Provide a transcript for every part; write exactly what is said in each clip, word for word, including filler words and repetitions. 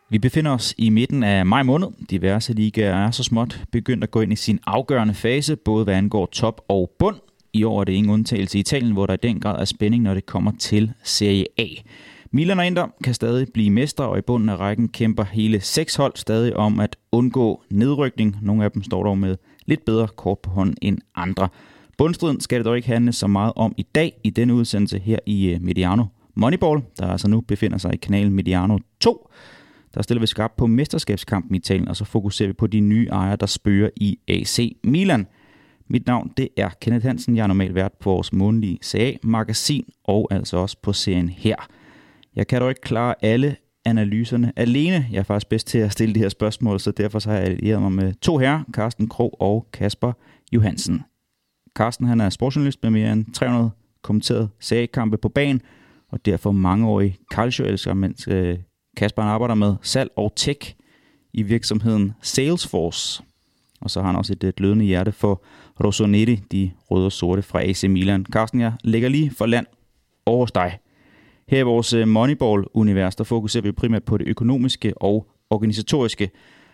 Vi befinder os i midten af maj måned. Diverse ligaer er så småt begyndt at gå ind i sin afgørende fase, både hvad angår top og bund. I år er det ingen undtagelse i Italien, hvor der i den grad er spænding, når det kommer til Serie A. Milan og Inter kan stadig blive mestre, og i bunden af rækken kæmper hele seks hold stadig om at undgå nedrykning. Nogle af dem står dog med lidt bedre kort på hånden end andre. Bundstriden skal det dog ikke handle så meget om i dag i denne udsendelse her i Mediano Moneyball, der altså nu befinder sig i kanalen Mediano to. Der stiller vi skarpt på mesterskabskampen i Italien, og så fokuserer vi på de nye ejere, der spørger i A C Milan. Mit navn det er Kenneth Hansen. Jeg er normalt vært på vores månedlige Serie A-magasin, og altså også på serien her. Jeg kan dog ikke klare alle analyserne alene. Jeg er faktisk bedst til at stille de her spørgsmål, så derfor så har jeg allieret mig med to herrer, Carsten Krog og Kasper Johansen. Carsten han er sportsjournalist med mere end tre hundrede kommenterede Serie A-kampe på banen, og derfor mangeårig calcio-elsker, mens øh, Kasper arbejder med salg og tech i virksomheden Salesforce. Og så har han også et, et glødende hjerte for Rossoneri, de røde og sorte fra A C Milan. Carsten, jeg ligger lige for land over hos dig. Her i vores Moneyball-univers, der fokuserer vi primært på det økonomiske og organisatoriske.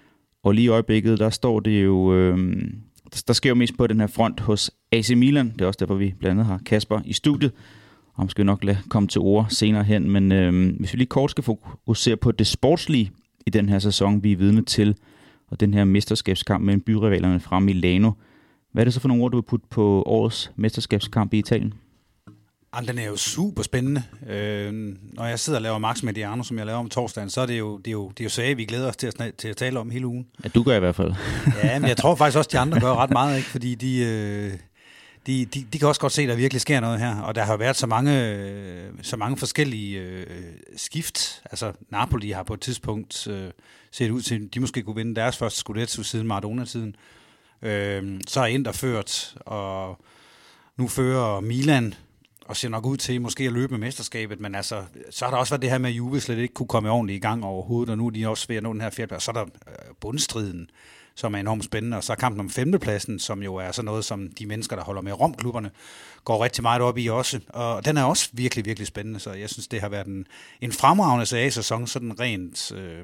Og lige i øjeblikket, der står det jo, øh, der sker jo mest på den her front hos A C Milan. Det er også derfor, vi blandt andet har Kasper i studiet. Og måske nok lade komme til ord senere hen. Men øh, hvis vi lige kort skal fokusere på det sportslige i den her sæson, vi er vidne til, og den her mesterskabskamp mellem byrivalerne fra Milano. Hvad er det så for nogle ord, du vil putte på årets mesterskabskamp i Italien? Den er jo super spændende. Øh, når jeg sidder og laver Max Mediano, som jeg laver om torsdagen, så er det jo, det er jo, det er jo Serie, vi glæder os til at, til at tale om hele ugen. Ja, du gør i hvert fald. Ja, men jeg tror faktisk også, at de andre gør ret meget, ikke? Fordi de, øh, de, de, de kan også godt se, at der virkelig sker noget her. Og der har været så mange, øh, så mange forskellige øh, skift. Altså Napoli har på et tidspunkt øh, set ud til, at de måske kunne vinde deres første Scudetto siden Maradona-tiden. Øh, så er Inter ført, og nu fører Milan og ser nok ud til måske at løbe med mesterskabet, men altså, så har der også været det her med, at Juve slet ikke kunne komme ordentligt i gang overhovedet, og nu er de også ved at nå den her fjerdeplads. Så er der bundstriden, som er enormt spændende, og så er kampen om femtepladsen, som jo er sådan noget, som de mennesker, der holder med Rom-klubberne, går rigtig meget op i også, og den er også virkelig, virkelig spændende, så jeg synes, det har været en, en fremragende Serie A-sæson, sådan rent... Øh,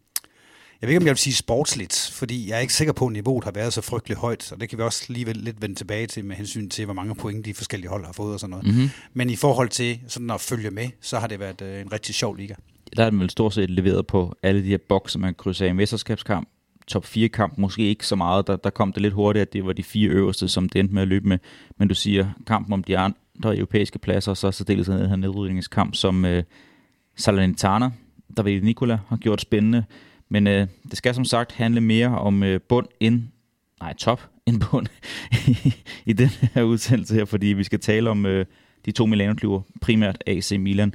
Jeg ved ikke, om jeg vil sige sportsligt, fordi jeg er ikke sikker på, at niveauet har været så frygteligt højt, og det kan vi også lige lidt vende tilbage til med hensyn til, hvor mange point de forskellige hold har fået og sådan noget. Mm-hmm. Men i forhold til sådan at følge med, så har det været øh, en rigtig sjov liga. Der er den vel stort set leveret på alle de her bokser, man krydser af i mesterskabskamp. Top fire kamp måske ikke så meget, der, der kom det lidt hurtigt, at det var de fire øverste, som det endte med at løbe med. Men du siger, kampen om de andre europæiske pladser, så så deles den her nedrydningskamp, som øh, Salernitana, der ved Nicola, har gjort spændende. Men øh, det skal som sagt handle mere om øh, bund end, nej top end bund i, i den her udsendelse her, fordi vi skal tale om øh, de to Milano-klubber, primært A C Milan.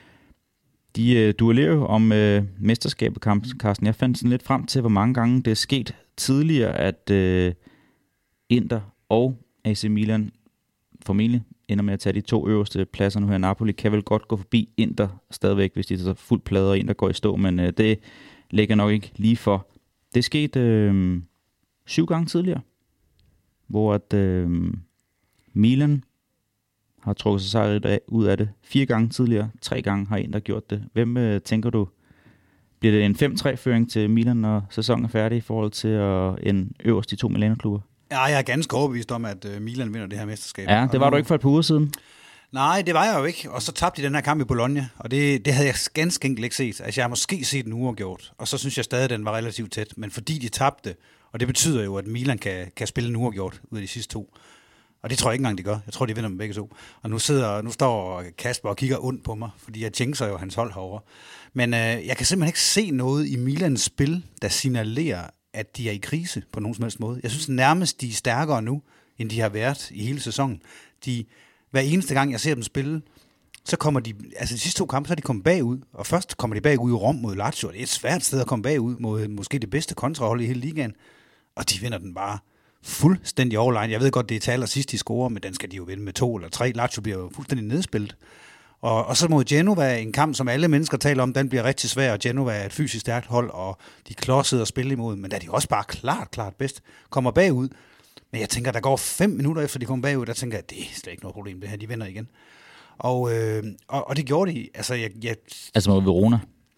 De øh, duellerer jo om øh, mesterskabet, Carsten. Jeg fandt sådan lidt frem til, hvor mange gange det er sket tidligere, at øh, Inter og A C Milan formentlig ender med at tage de to øverste pladser nu her. Napoli kan vel godt gå forbi Inter stadigvæk, hvis de er så fuldt plader, og Inter går i stå, men øh, det ligger nok ikke lige for. Det skete øh, syv gange tidligere, hvor at øh, Milan har trukket sig sejret ud af det fire gange tidligere. Tre gange har Inter gjort det. Hvem øh, tænker du, bliver det en fem tre-føring til Milan, når sæsonen er færdig i forhold til at en øverst de to Milano-klubber? Ja, jeg er ganske overbevist om, at øh, Milan vinder det her mesterskab. Ja, det var du ikke for et par uger siden. Nej, det var jeg jo ikke, og så tabte de den her kamp i Bologna, og det, det havde jeg ganske enkelt ikke set. Altså, jeg har måske set den uafgjort, og så synes jeg stadig, at den var relativt tæt, men fordi de tabte, og det betyder jo, at Milan kan, kan spille en uafgjort ud af de sidste to, og det tror jeg ikke engang, de gør. Jeg tror, de vinder dem begge to. Og nu sidder, nu står Kasper og kigger ondt på mig, fordi jeg jinxer jo hans hold herovre. Men øh, jeg kan simpelthen ikke se noget i Milans spil, der signalerer, at de er i krise på nogen som helst måde. Jeg synes nærmest, de er stærkere nu, end de har været i hele sæsonen. De Hver eneste gang, jeg ser dem spille, så kommer de, altså de sidste to kampe, så er de kommet bagud, og først kommer de bagud i Rom mod Lazio, det er et svært sted at komme bagud mod måske det bedste kontrahold i hele ligaen, og de vinder den bare fuldstændig overlegnet. Jeg ved godt, det er til allersidst, de scorer, men den skal de jo vinde med to eller tre. Lazio bliver jo fuldstændig nedspillet. Og, og så mod Genova, en kamp, som alle mennesker taler om, den bliver rigtig svær, og Genova er et fysisk stærkt hold, og de klodsede at spille imod, men da de også bare klart, klart bedst kommer bagud. Men jeg tænker, der går fem minutter efter, de kommer bagud, der tænker jeg, det er slet ikke noget problem, det her, de vinder igen. Og, øh, og, og det gjorde de. Altså, jeg, jeg, altså mod Verona?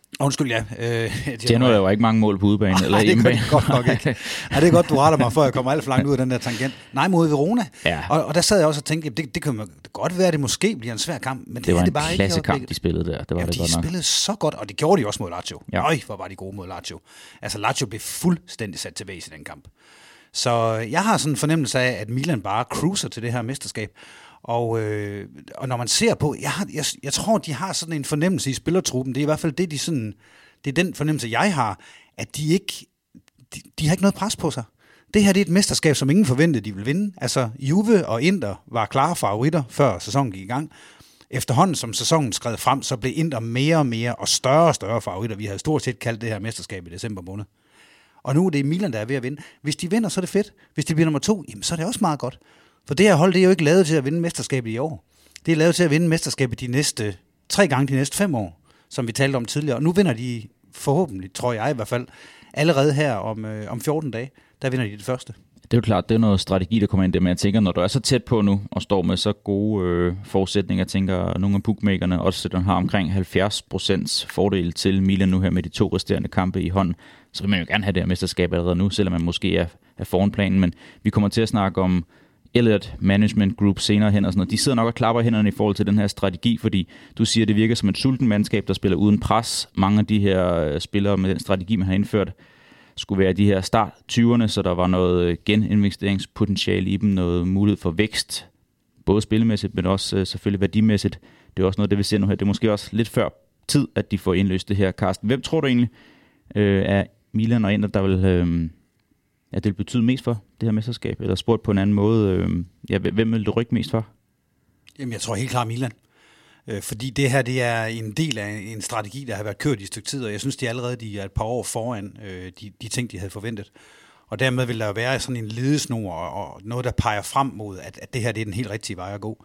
Undskyld, ja. Øh, Genoa er jo ikke mange mål på udebane oh, eller hjemmebane. Det er godt nok ikke. Ja, det er godt, du retter mig, før jeg kommer alt for langt ud af den der tangent. Nej, mod Verona. Ja. Og, og der sad jeg også og tænkte, det, det kan man godt være, at det måske bliver en svær kamp, men det, det var er en det bare ikke. Det var en klassekamp, de spillede der. Det var ja, det de godt nok. spillede så godt, og det gjorde de også mod Lazio. Ja. Øj, hvor var de gode mod Lazio. Altså, Lazio blev fuldstændig sat til væs i den kamp. Så jeg har sådan en fornemmelse af, at Milan bare cruiser til det her mesterskab. Og, øh, og når man ser på, jeg, har, jeg, jeg tror, de har sådan en fornemmelse i spillertruppen, det er i hvert fald det, de sådan, det er den fornemmelse, jeg har, at de ikke, de, de har ikke noget pres på sig. Det her det er et mesterskab, som ingen forventede, de ville vinde. Altså, Juve og Inter var klare favoritter, før sæsonen gik i gang. Efterhånden, som sæsonen skred frem, så blev Inter mere og mere og større og større favoritter. Vi havde stort set kaldt det her mesterskab i december måned. Og nu er det Milan, der er ved at vinde. Hvis de vinder, så er det fedt. Hvis de bliver nummer to, jamen, så er det også meget godt. For det her hold, det er jo ikke lavet til at vinde mesterskabet i år. Det er lavet til at vinde mesterskabet de næste, tre gange de næste fem år, som vi talte om tidligere. Og nu vinder de forhåbentlig, tror jeg i hvert fald, allerede her om, øh, om fjorten dage, der vinder de det første. Det er jo klart, det er noget strategi, der kommer ind der, men jeg tænker, når du er så tæt på nu, og står med så gode øh, forudsætninger, jeg tænker, nogle af bookmakerne også den har omkring halvfjerds procent fordel til Milan nu her med de to resterende kampe i hånden, så vil man jo gerne have det her mesterskab allerede nu, selvom man måske er, er foran planen, men vi kommer til at snakke om Elliott Management Group senere hen og sådan noget. De sidder nok og klapper hænderne i forhold til den her strategi, fordi du siger, at det virker som et sulten mandskab, der spiller uden pres. Mange af de her spillere med den strategi, man har indført, skulle være de her start tyverne, så der var noget geninvesteringspotentiale i dem, noget mulighed for vækst, både spillemæssigt, men også selvfølgelig værdimæssigt. Det er også noget, det vi ser nu her. Det er måske også lidt før tid, at de får indløst det her, Carsten. Hvem tror du egentlig øh, er Milan og Inter, der vil, øh, ja, det vil betyde mest for det her mesterskab? Eller spurgt på en anden måde, øh, ja, hvem vil du rykke mest for? Jamen, jeg tror helt klart Milan. Fordi det her, det er en del af en strategi, der har været kørt i et stykke tid, og jeg synes, de allerede de er et par år foran øh, de, de ting, de havde forventet. Og dermed vil der være sådan en ledesnor og noget, der peger frem mod, at, at det her det er den helt rigtige vej at gå.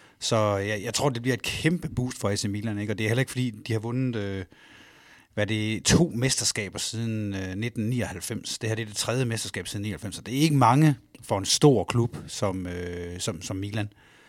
Så jeg, jeg tror, det bliver et kæmpe boost for A C Milan, ikke? Og det er heller ikke, fordi de har vundet øh, hvad det er, to mesterskaber siden øh, nitten nioghalvfems. Det her det er det tredje mesterskab siden nioghalvfems, så det er ikke mange for en stor klub som, øh, som, som Milan.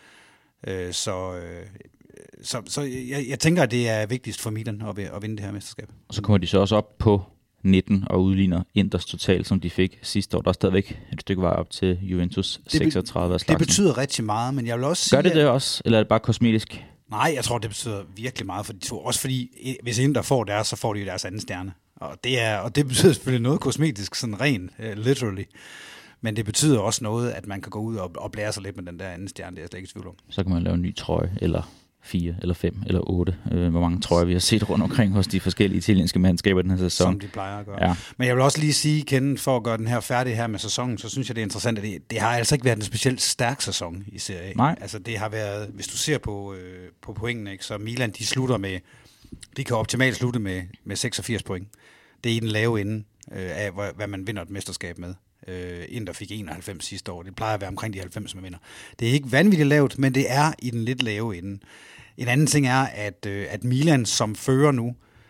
Øh, så... Øh, Så, så jeg, jeg tænker, at det er vigtigst for Milan at, at vinde det her mesterskab. Og så kommer de så også op på nitten og udligner Inters total, som de fik sidste år. Der er stadigvæk et stykke vej op til Juventus seksogtredive af slagsen. Det betyder rigtig meget, men jeg vil også sige... Gør det det også, eller er det bare kosmetisk? Nej, jeg tror, det betyder virkelig meget for de to. Også fordi, hvis Inter får deres, så får de deres anden stjerne. Og det, er, og det betyder selvfølgelig noget kosmetisk, sådan ren, uh, literally. Men det betyder også noget, at man kan gå ud og, og blære sig lidt med den der anden stjerne, det er jeg slet ikke i tvivl om. Så kan man lave en ny trøje, eller fire, eller fem, eller otte. Øh, hvor mange trøjer vi har set rundt omkring hos de forskellige italienske mandskaber den her sæson. Som de plejer at gøre. Ja. Men jeg vil også lige sige, Ken, for at gøre den her færdig her med sæsonen, så synes jeg, det er interessant, at det, det har altså ikke været en specielt stærk sæson i Serie A. Nej. Altså det har været, hvis du ser på, øh, på pointene, ikke, så Milan, de slutter med, de kan optimalt slutte med, med seksogfirs point. Det er i den lave ende øh, af, hvad, hvad man vinder et mesterskab med. Øh, Inter fik enoghalvfems sidste år. Det plejer at være omkring de halvfems, man vinder. Det er ikke vanvittigt lavt, men det er i den lidt lave ende. En anden ting er, at, øh, at Milan som fører nu,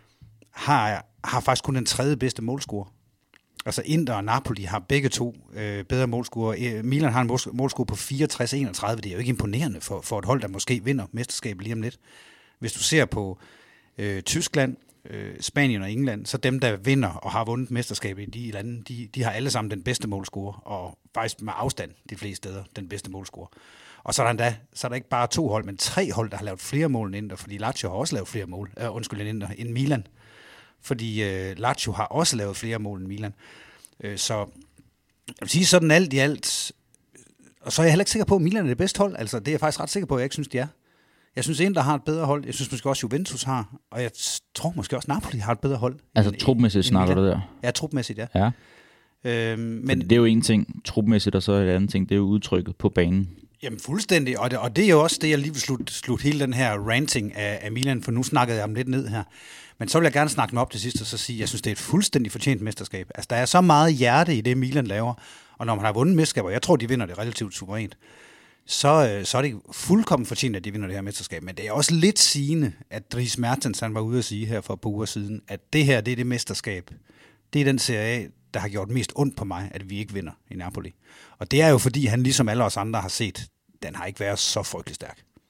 har, har faktisk kun den tredje bedste målscore. Altså Inter og Napoli har begge to øh, bedre målscore. Milan har en målscore på fireogtres enogtredive. Det er jo ikke imponerende for, for et hold, der måske vinder mesterskabet lige om lidt. Hvis du ser på øh, Tyskland, øh, Spanien og England, så dem, der vinder og har vundet mesterskabet i de lande, de, de har alle sammen den bedste målscore, og faktisk med afstand de fleste steder den bedste målscore. Og så er, der endda, så er der ikke bare to hold, men tre hold, der har lavet flere mål end Inter, fordi Lazio har også lavet flere mål, øh, undskyld, end Inter, end Milan. Fordi øh, Lazio har også lavet flere mål end Milan. Øh, så jeg vil sige sådan alt i alt, og så er jeg heller ikke sikker på, at Milan er det bedste hold. Altså det er jeg faktisk ret sikker på, at jeg ikke synes, de er. Jeg synes, Inter har et bedre hold. Jeg synes måske også, Juventus har. Og jeg tror måske også, Napoli har et bedre hold. Altså trupmæssigt snakker du der? Ja, trupmæssigt, ja. Ja. Øhm, men det er jo en ting, trupmæssigt, og så er det anden ting, det er jo udtrykket på banen. Jamen fuldstændig, og det, og det er jo også det, jeg lige vil slutte slut hele den her ranting af, af Milan, for nu snakkede jeg om lidt ned her. Men så vil jeg gerne snakke den op til sidst, og så sige, at jeg synes, det er et fuldstændig fortjent mesterskab. Altså, der er så meget hjerte i det, Milan laver, og når man har vundet mesterskaber, jeg tror, de vinder det relativt suverænt, så, så er det fuldkommen fortjent, at de vinder det her mesterskab. Men det er også lidt sigende, at Dries Mertens, han var ude at sige her for et par uger siden, at det her, det er det mesterskab. Det er den Serie A, der har gjort mest ondt på mig, at vi ikke vinder i Napoli. Og det er jo fordi, han ligesom alle os andre har set, den har ikke været så frygtelig stærk.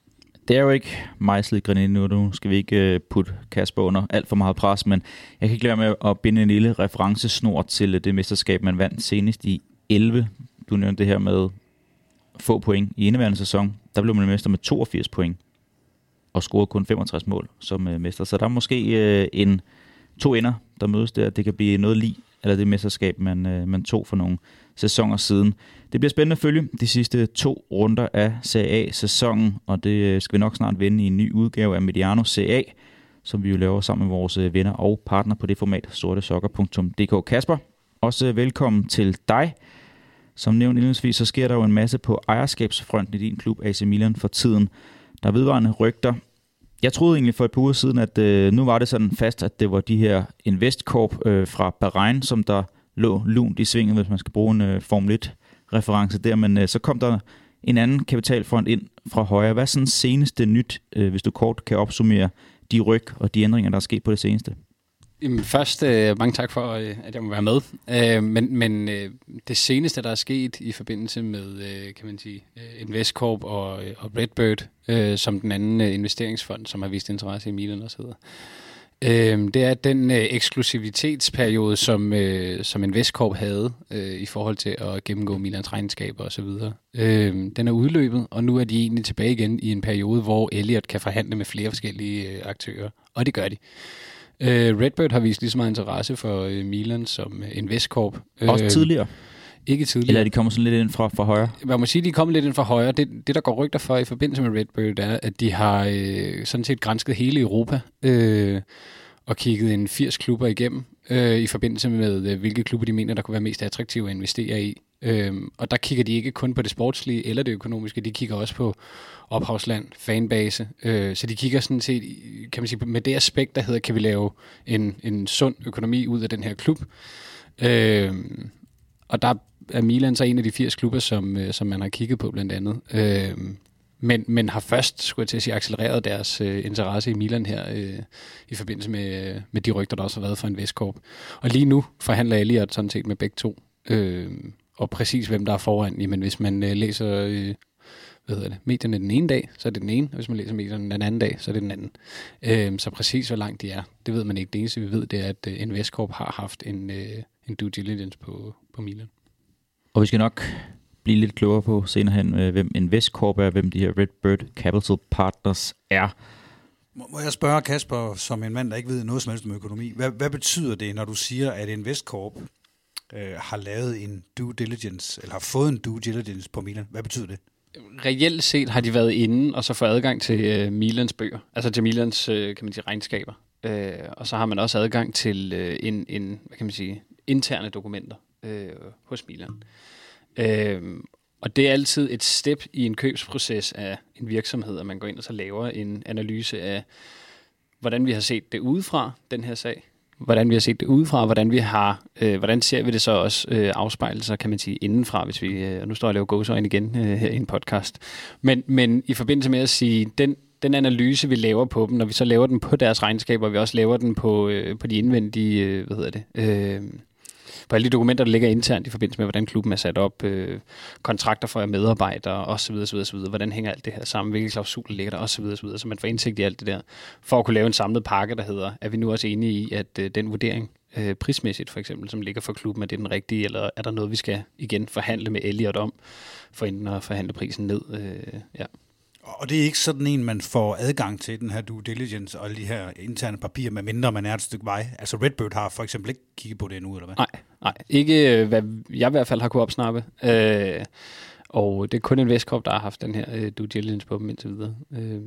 Det er jo ikke mejslet i granit nu, nu skal vi ikke putte Kasper under alt for meget pres, men jeg kan ikke lade med at binde en lille referencesnor til det mesterskab, man vandt senest i elleve. Du nævnte det her med få point i indeværende sæson. Der blev man mester med toogfirs point og scorede kun femogtres mål som mester. Så der er måske en to ender, der mødes der. Det kan blive noget lig eller det mesterskab, man, man tog for nogle sæsoner siden. Det bliver spændende at følge de sidste to runder af Serie A-sæsonen, og det skal vi nok snart vende i en ny udgave af Mediano Serie A, som vi jo laver sammen med vores venner og partner på det format, sortesokker punktum d k. Kasper, også velkommen til dig. Som nævnt indledningsvis, så sker der jo en masse på ejerskabsfronten i din klub A C Milan for tiden. Der er vedvarende rygter. Jeg troede egentlig for et par uger siden, at øh, nu var det sådan fast, at det var de her Investcorp øh, fra Bahrain, som der lå lunt i svinget, hvis man skal bruge en øh, Formel et-reference der. Men øh, så kom der en anden kapitalfond ind fra højre. Hvad er sådan seneste nyt, øh, hvis du kort kan opsummere de ryg og de ændringer, der er sket på det seneste? Jamen, først, øh, mange tak for, øh, at jeg må være med. Øh, men men øh, det seneste, der er sket i forbindelse med, øh, kan man sige, øh, Investcorp og, øh, og Redbird, øh, som den anden øh, investeringsfond, som har vist interesse i Milan og så videre. Øh, det er den øh, eksklusivitetsperiode, som, øh, som Investcorp havde øh, i forhold til at gennemgå Milans regnskaber og så videre. Øh, den er udløbet, og nu er de egentlig tilbage igen i en periode, hvor Elliott kan forhandle med flere forskellige øh, aktører, og det gør de. Uh, Redbird har vist lige så meget interesse for uh, Milan som uh, Investcorp. Også uh, tidligere? Ikke tidligere. Eller er de kommet sådan lidt ind fra, fra højre? Man må sige, at de er kommet lidt ind fra højre. Det, det, der går rygter for i forbindelse med Redbird, er, at de har uh, sådan set gransket hele Europa uh, og kigget en firs klubber igennem uh, i forbindelse med, uh, hvilke klubber de mener, der kunne være mest attraktive at investere i. Uh, og der kigger de ikke kun på det sportslige eller det økonomiske, de kigger også på ophavsland, fanbase, øh, så de kigger sådan set, kan man sige, med det aspekt, der hedder, kan vi lave en, en sund økonomi ud af den her klub. Øh, og der er Milan så en af de firs klubber, som, øh, som man har kigget på blandt andet. Øh, men, men har først, skulle jeg til at sige, accelereret deres øh, interesse i Milan her, øh, i forbindelse med, øh, med de rygter, der også har været fra Investcorp. Og lige nu forhandler Elliott sådan set med begge to. Øh, og præcis hvem der er foran, jamen hvis man øh, læser... Øh, hvad hedder det, medierne den ene dag, så er det den ene, og hvis man læser medierne den anden dag, så er det den anden. Øhm, så præcis hvor langt de er, det ved man ikke. Det eneste vi ved, det er, at uh, Investcorp har haft en, uh, en due diligence på, på Milan. Og vi skal nok blive lidt klogere på senere hen, uh, hvem Investcorp er, hvem de her Redbird Capital Partners er. Må jeg spørge Kasper, som en mand, der ikke ved noget som helst om økonomi, hvad, hvad betyder det, når du siger, at Investcorp øh, har lavet en due diligence, eller har fået en due diligence på Milan? Hvad betyder det? Reelt set har de været inde og så få adgang til uh, Milans bøger, altså til Milans uh, kan man sige, regnskaber. Uh, og så har man også adgang til uh, en, en, hvad kan man sige, interne dokumenter uh, hos Milan. Uh, og det er altid et step i en købsproces af en virksomhed, at man går ind og så laver en analyse af, hvordan vi har set det udefra, den her sag. Hvordan vi har set det udefra, hvordan vi har, øh, hvordan ser vi det så også øh, afspejle sig, kan man sige, indenfra, hvis vi, øh, og nu står jeg og laver gåseøjne igen øh, her i en podcast. Men, men i forbindelse med at sige, den, den analyse, vi laver på dem, når vi så laver den på deres regnskaber, og vi også laver den på, øh, på de indvendige, øh, hvad hedder det, øh, på alle de dokumenter, der ligger internt i forbindelse med, hvordan klubben er sat op, øh, kontrakter for medarbejdere, osv., osv., osv., hvordan hænger alt det her sammen, hvilke klausuler ligger der, osv., osv., så man får indsigt i alt det der, for at kunne lave en samlet pakke, der hedder, er vi nu også enige i, at øh, den vurdering, øh, prismæssigt for eksempel, som ligger for klubben, er det den rigtige, eller er der noget, vi skal igen forhandle med Elliott om, for enten at forhandle prisen ned, øh, ja. Og det er ikke sådan en, man får adgang til, den her due diligence og alle de her interne papirer, medmindre man er et stykke vej. Altså Redbird har for eksempel ikke kigget på det endnu, eller hvad? Nej, nej. Ikke hvad jeg i hvert fald har kunne opsnappe. Øh, og det er kun Investcorp, der har haft den her øh, due diligence på dem indtil videre. Øh.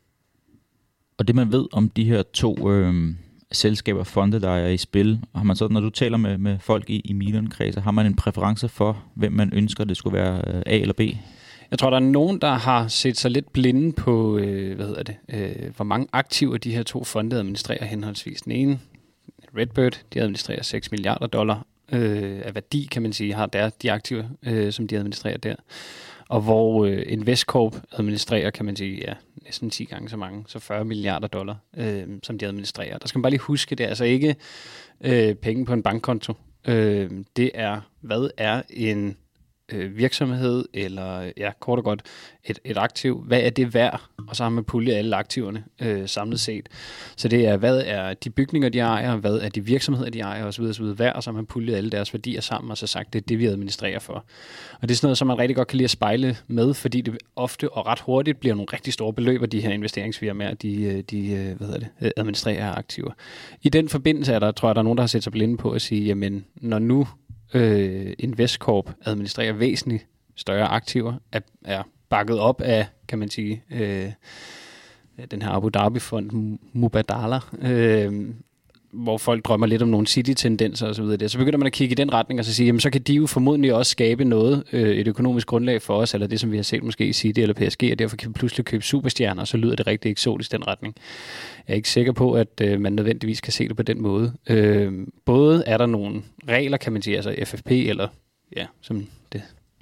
Og det man ved om de her to øh, selskaber, fonde, der er i spil, har man så, når du taler med, med folk i, i Milan-kredse, har man en præference for, hvem man ønsker, det skulle være øh, A eller B? Jeg tror, der er nogen, der har set sig lidt blinde på, øh, hvad hedder det, øh, hvor mange aktiver de her to fonde administrerer henholdsvis. Den ene, Redbird, de administrerer seks milliarder dollar øh, af værdi, kan man sige, har der de aktiver, øh, som de administrerer der. Og hvor øh, Investcorp administrerer, kan man sige, ja, næsten ti gange så mange, så fyrre milliarder dollar, øh, som de administrerer. Der skal man bare lige huske, det er altså ikke øh, penge på en bankkonto. Øh, det er, hvad er en øh, virksomhed, eller ja, kort og godt et, et aktiv. Hvad er det værd? Og så har man puljet alle aktiverne øh, samlet set. Så det er, hvad er de bygninger, de ejer, hvad er de virksomheder, de ejer, osv. osv. værd, og så har man puljet alle deres værdier sammen, og så sagt, det er det, vi administrerer for. Og det er sådan noget, som man rigtig godt kan lide at spejle med, fordi det ofte og ret hurtigt bliver nogle rigtig store beløb, de her investeringsfirmaer, de, de hvad hedder det, administrerer aktiver. I den forbindelse er der, tror jeg, der er nogen, der har set sig blinde på at sige, jamen, når nu øh, Investcorp administrerer væsentligt større aktiver, er, er bakket op af, kan man sige, øh, den her Abu Dhabi-fond, Mubadala, øh, hvor folk drømmer lidt om nogle city-tendenser osv. Så, så begynder man at kigge i den retning og så sige, jamen så kan de jo formodentlig også skabe noget, øh, et økonomisk grundlag for os, eller det, som vi har set måske i City eller P S G, og derfor kan vi pludselig købe superstjerner, og så lyder det rigtig eksotisk den retning. Jeg er ikke sikker på, at øh, man nødvendigvis kan se det på den måde. Øh, både er der nogle regler, kan man sige, altså F F P, eller ja, som det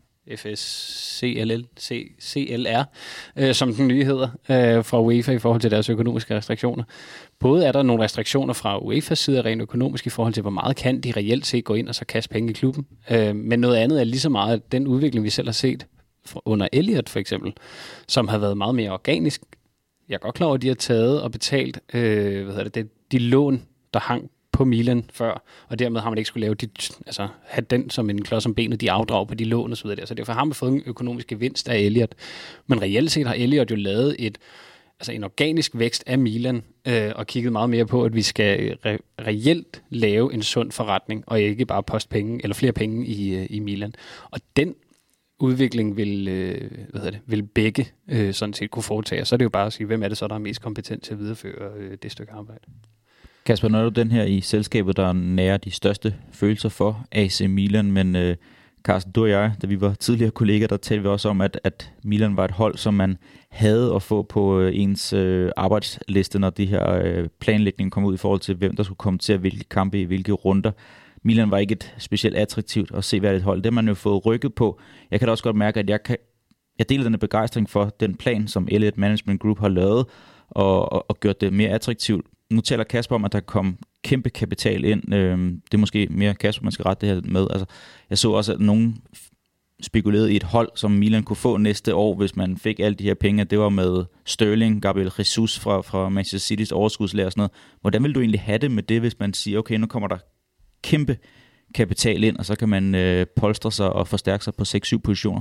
F S C L L, C, C L R, øh, som den nye hedder, øh, fra UEFA i forhold til deres økonomiske restriktioner. Både er der nogle restriktioner fra UEFA's side rent økonomisk i forhold til, hvor meget kan de reelt set gå ind og så kaste penge i klubben. Øh, men noget andet er lige så meget den udvikling, vi selv har set under Elliott for eksempel, som har været meget mere organisk. Jeg er godt klar over, at de har taget og betalt øh, hvad hedder det, de lån, der hang på Milan før, og dermed har man ikke skulle lave de, altså have den som en klods om benet, de afdrag på de lån og så videre. Så derfor har man fået en økonomisk gevinst af Elliott. Men reelt set har Elliott jo lavet et, altså en organisk vækst af Milan, øh, og kigget meget mere på, at vi skal re- reelt lave en sund forretning, og ikke bare poste penge, eller flere penge i, øh, i Milan. Og den udvikling vil, øh, hvad hedder det, vil begge øh, sådan set kunne foretage. Så er det jo bare at sige, hvem er det så, der er mest kompetent til at videreføre øh, det stykke arbejde. Kasper, nu er du den her i selskabet, der nærer de største følelser for A C Milan, men øh, Carsten, du og jeg, da vi var tidligere kolleger, der talte vi også om, at, at Milan var et hold, som man havde at få på øh, ens øh, arbejdsliste, når de her øh, planlægning kom ud i forhold til, hvem der skulle komme til at hvilke kampe i hvilke runder. Milan var ikke et specielt attraktivt og seværdigt hold. Det har man jo fået rykket på. Jeg kan da også godt mærke, at jeg, kan, jeg deler denne begejstring for den plan, som Elliott Management Group har lavet, og, og, og gjort det mere attraktivt. Nu taler Kasper om, at der kom kæmpe kapital ind. Det er måske mere Kasper, man skal rette det her med. Altså, jeg så også, at nogen spekulerede i et hold, som Milan kunne få næste år, hvis man fik alle de her penge. Det var med Sterling, Gabriel Jesus fra, fra Manchester City's overskudslærer og sådan noget. Hvordan vil du egentlig have det med det, hvis man siger, okay, nu kommer der kæmpe kapital ind, og så kan man øh, polstre sig og forstærke sig på seks syv positioner?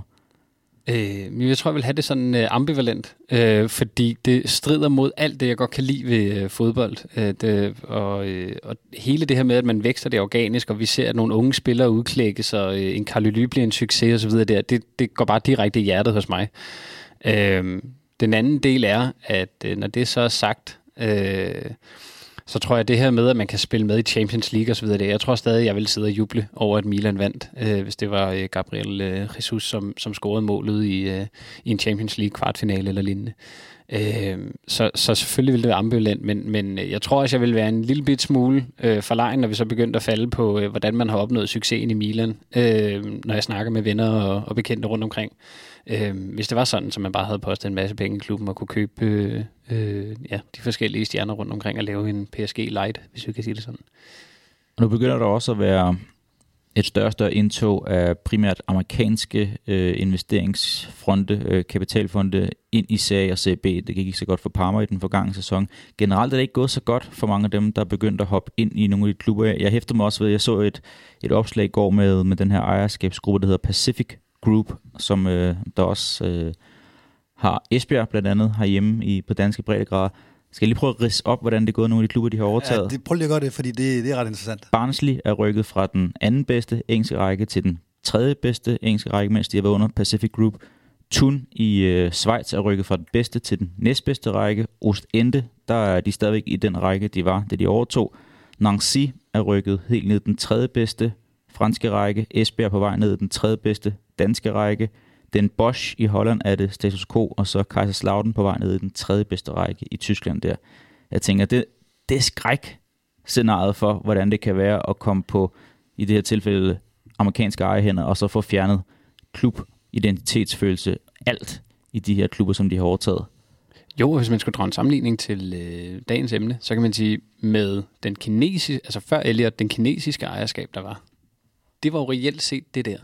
Øh, jeg tror, jeg vil have det sådan øh, ambivalent, øh, fordi det strider mod alt det, jeg godt kan lide ved øh, fodbold. Øh, det, og, øh, og hele det her med, at man vækster det organisk, og vi ser, at nogle unge spillere udklækkes, og øh, en Carly bliver en succes osv., det, det, det går bare direkte i hjertet hos mig. Øh, den anden del er, at øh, når det så er sagt, øh, så tror jeg, at det her med, at man kan spille med i Champions League og så videre, det, jeg tror stadig, jeg vil sidde og juble over, at Milan vandt, øh, hvis det var øh, Gabriel øh, Jesus, som, som scorede målet i, øh, i en Champions League kvartfinale eller lignende. Øh, så, så selvfølgelig vil det være ambivalent, men, men jeg tror også, jeg vil være en lille bit smule øh, forlegen, når vi så begyndte at falde på, øh, hvordan man har opnået succesen i Milan, øh, når jeg snakker med venner og, og bekendte rundt omkring. Øh, hvis det var sådan, så man bare havde postet en masse penge i klubben og kunne købe øh, øh, ja, de forskellige stjerner rundt omkring og lave en P S G light, hvis vi kan sige det sådan. Og nu begynder der også at være et større og større indtog af primært amerikanske øh, investeringsfronte, øh, kapitalfonde ind i Serie og C B. Det gik ikke så godt for Parma i den forgangne sæson. Generelt er det ikke gået så godt for mange af dem, der er begyndt at hoppe ind i nogle af de klubber. Jeg hæfter mig også ved, jeg så et, et opslag i går med, med den her ejerskabsgruppe, der hedder Pacific Group, som øh, der også øh, har Esbjerg blandt andet herhjemme i, på danske breddegrader. Skal jeg lige prøve at ridse op, hvordan det er gået nogle af de klubber, de har overtaget? Ja, det, prøv lige at gøre det, fordi det, det er ret interessant. Barnsley er rykket fra den anden bedste engelske række til den tredje bedste engelske række, mens de har været under Pacific Group. Thun i øh, Schweiz er rykket fra den bedste til den næstbedste række. Ostende, der er de stadigvæk i den række, de var, da de overtog. Nancy er rykket helt ned i den tredje bedste franske række. Esbjerg på vej ned i den tredje bedste danske række. Den Bosch i Holland er det status quo, og så Kaiserslautern på vej ned i den tredje bedste række i Tyskland der. Jeg tænker, det, det er skræk-scenariet for, hvordan det kan være at komme på, i det her tilfælde, amerikanske ejerhænder, og så få fjernet klubidentitetsfølelse, alt i de her klubber, som de har overtaget. Jo, hvis man skulle drage en sammenligning til øh, dagens emne, så kan man sige, med den kinesiske, altså før Elliott, den kinesiske ejerskab, der var, det var jo reelt set det der.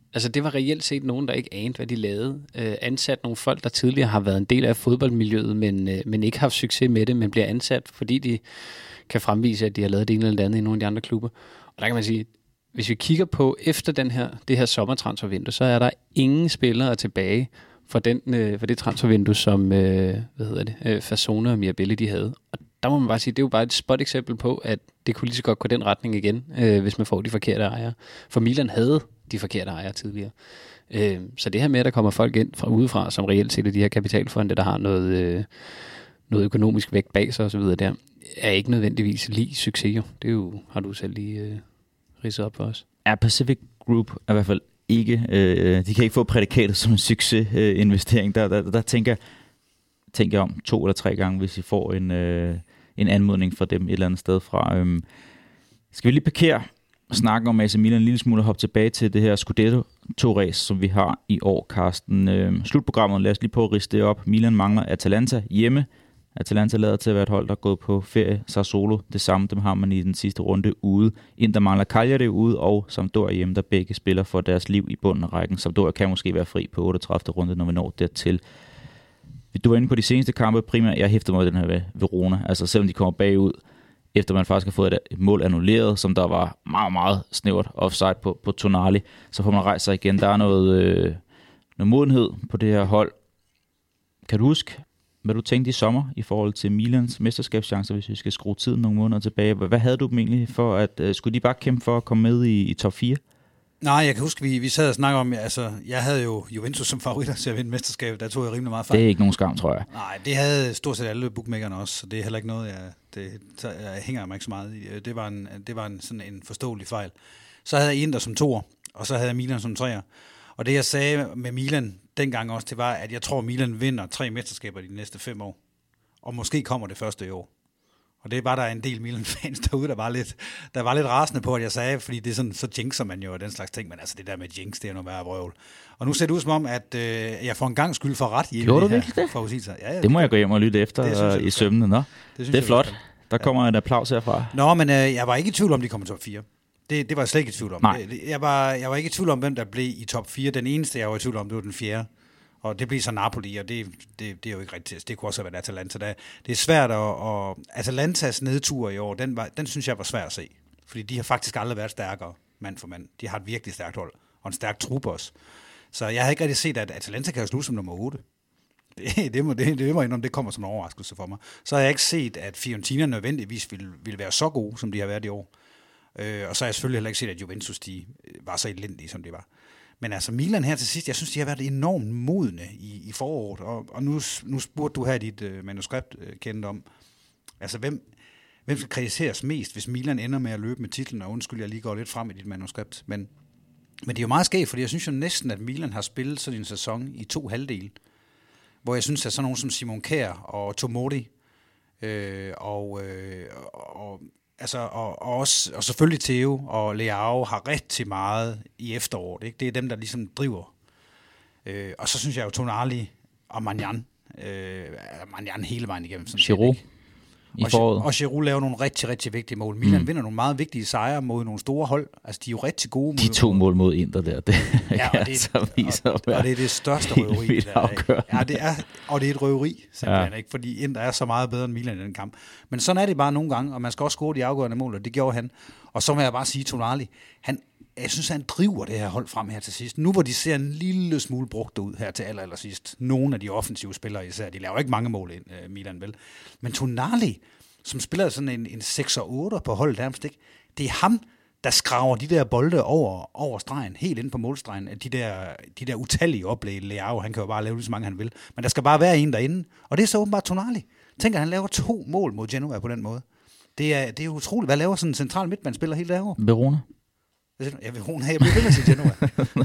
Altså det var reelt set nogen, der ikke anede, hvad de lavede. Øh, ansat nogle folk, der tidligere har været en del af fodboldmiljøet, men, øh, men ikke haft succes med det, men bliver ansat, fordi de kan fremvise, at de har lavet det ene eller andet i nogle af de andre klubber. Og der kan man sige, hvis vi kigger på efter den her, det her sommertransfervindue, så er der ingen spillere tilbage for, den, øh, for det transfervindue, som øh, hvad hedder det, øh, Fasone og Mirabelli de havde. Og der må man bare sige, det er jo bare et spot eksempel på, at det kunne lige så godt gå den retning igen, øh, hvis man får de forkerte ejere. For Milan havde de forkerte ejere tidligere. Øh, så det her med, at der kommer folk ind fra udefra, som reelt set er de her kapitalfonde, der har noget, øh, noget økonomisk vægt bag sig osv., der, er ikke nødvendigvis lige succes. Jo. Det er jo, har du selv lige øh, ridset op for os. Ja, Pacific Group er i hvert fald ikke, øh, de kan ikke få prædikatet som en succesinvestering. Øh, der, der, der tænker, tænker jeg om to eller tre gange, hvis I får en, øh, en anmodning fra dem et eller andet sted fra. Øh, skal vi lige parkere snakke om A C Milan en lille smule og hoppe tilbage til det her Scudetto-race, som vi har i år, Carsten. Øh, slutprogrammet, lad os lige på at riste det op. Milan mangler Atalanta hjemme. Atalanta lader til at være et hold, der er gået på ferie. Sassuolo, det samme, dem har man i den sidste runde ude. Inter mangler Cagliari ude, og Sampdoria hjemme, der begge spiller for deres liv i bunden af rækken. Sampdoria kan måske være fri på otteogtredivte runde, når vi når dertil. Du var inde på de seneste kampe primært. Jeg hæfter mig den her ved Verona. Altså selvom de kommer bagud, efter man faktisk har fået et mål annulleret, som der var meget, meget snævert offside på, på Tonali, så får man rejse sig igen. Der er noget, øh, noget modenhed på det her hold. Kan du huske, hvad du tænkte i sommer i forhold til Milans mesterskabschancer, hvis vi skal skrue tiden nogle måneder tilbage? Hvad havde du dem egentlig for, at uh, skulle de bare kæmpe for at komme med i, i top fire? Nej, jeg kan huske, vi, vi sad og snakkede om, altså, jeg havde jo Juventus som favoritter til at vinde mesterskabet. Der tog jeg rimelig meget fejl. Det er ikke nogen skam, tror jeg. Nej, det havde stort set alle bookmakerne også, så det er heller ikke noget, jeg, det, jeg hænger mig ikke så meget i. Det var, en, det var en, sådan en forståelig fejl. Så havde jeg Inter som toer, og så havde jeg Milan som treer. Og det jeg sagde med Milan dengang også, det var, at jeg tror, Milan vinder tre mesterskaber de næste fem år. Og måske kommer det første i år. Og det var der en del Milan-fans derude, der var lidt, der var lidt rasende på, at jeg sagde, fordi det er sådan, så jinxer man jo den slags ting, men altså det der med jinx, det er noget værre vrøvl. Og nu ser det ud som om, at øh, jeg får en gang skyld for ret i Gjorde det du virkelig det? For ja, ja, det må jeg gå hjem og lytte efter jeg, i sømmene. Nå, det, det er flot. Der kommer ja. en applaus herfra. Nå, men øh, jeg var ikke i tvivl om, de kommer top fire. Det, det var jeg slet ikke i tvivl om. Nej. Jeg var, jeg var ikke i tvivl om, hvem der blev i top fire. Den eneste, jeg var i tvivl om, det var den fjerde. Og det blev så Napoli, og det, det, det er jo ikke rigtigt. Det kunne også have været Atalanta. Der. Det er svært at... Og Atalantas nedtur i år, den, var, den synes jeg var svær at se. Fordi de har faktisk aldrig været stærkere, mand for mand. De har et virkelig stærkt hold, og en stærk trup også. Så jeg har ikke rigtig set, at Atalanta kan jo slutte som nummer otte. Det, det, må, det, det må indrømme, det kommer som en overraskelse for mig. Så har jeg ikke set, at Fiorentina nødvendigvis ville, ville være så gode, som de har været i år. Øh, og så har jeg selvfølgelig heller ikke set, at Juventus de var så elendige, som de var. Men altså Milan her til sidst, jeg synes, de har været enormt modne i, i foråret. Og, og nu, nu spurgte du her i dit øh, manuskript, øh, kendt om, altså hvem, hvem skal krediteres mest, hvis Milan ender med at løbe med titlen? Og undskyld, jeg lige går lidt frem i dit manuskript. Men, men det er jo meget skægt, fordi jeg synes jo næsten, at Milan har spillet sådan en sæson i to halvdele. Hvor jeg synes, at sådan nogen som Simon Kjær og Tomori øh, og... Øh, og Altså, og, og, også, og selvfølgelig Theo og Leao har rigtig meget i efteråret. Ikke? Det er dem, der ligesom driver. Øh, og så synes jeg jo Tonali og Magnan. Øh, Magnan hele vejen igennem. Giroud i foråret. Og Giroud laver nogle rigtig, rigtig vigtige mål. Milan mm. vinder nogle meget vigtige sejre mod nogle store hold. Altså, de er jo rigtig gode. De to mål mod Inter der, det ja, og det, altså viser og, og det er det største røveri. Der, ja, det er, og det er et røveri, simpelthen, ja. Ikke? Fordi Inter er så meget bedre end Milan i den kamp. Men sådan er det bare nogle gange, og man skal også score de afgørende mål, og det gjorde han. Og så må jeg bare sige, Tonali, han, jeg synes, han driver det her hold frem her til sidst. Nu hvor de ser en lille smule brugt ud her til aller, aller sidst. Nogle af de offensive spillere især, de laver ikke mange mål ind, uh, Milan vel. Men Tonali, som spiller sådan en, en seks og otte på holdet nærmest, ikke? Det er ham, der skraver de der bolde over, over stregen, helt ind på målstregen. De der, de der utallige oplæg, Leao, han kan jo bare lave lige så mange, han vil. Men der skal bare være en derinde, og det er så åbenbart Tonali. Tænk, at han laver to mål mod Genoa på den måde. Det er, det er utroligt. Hvad laver sådan en central midtbandspiller helt derovre? Verona. Ja, Verona. Jeg bliver ved med at sige Genoa.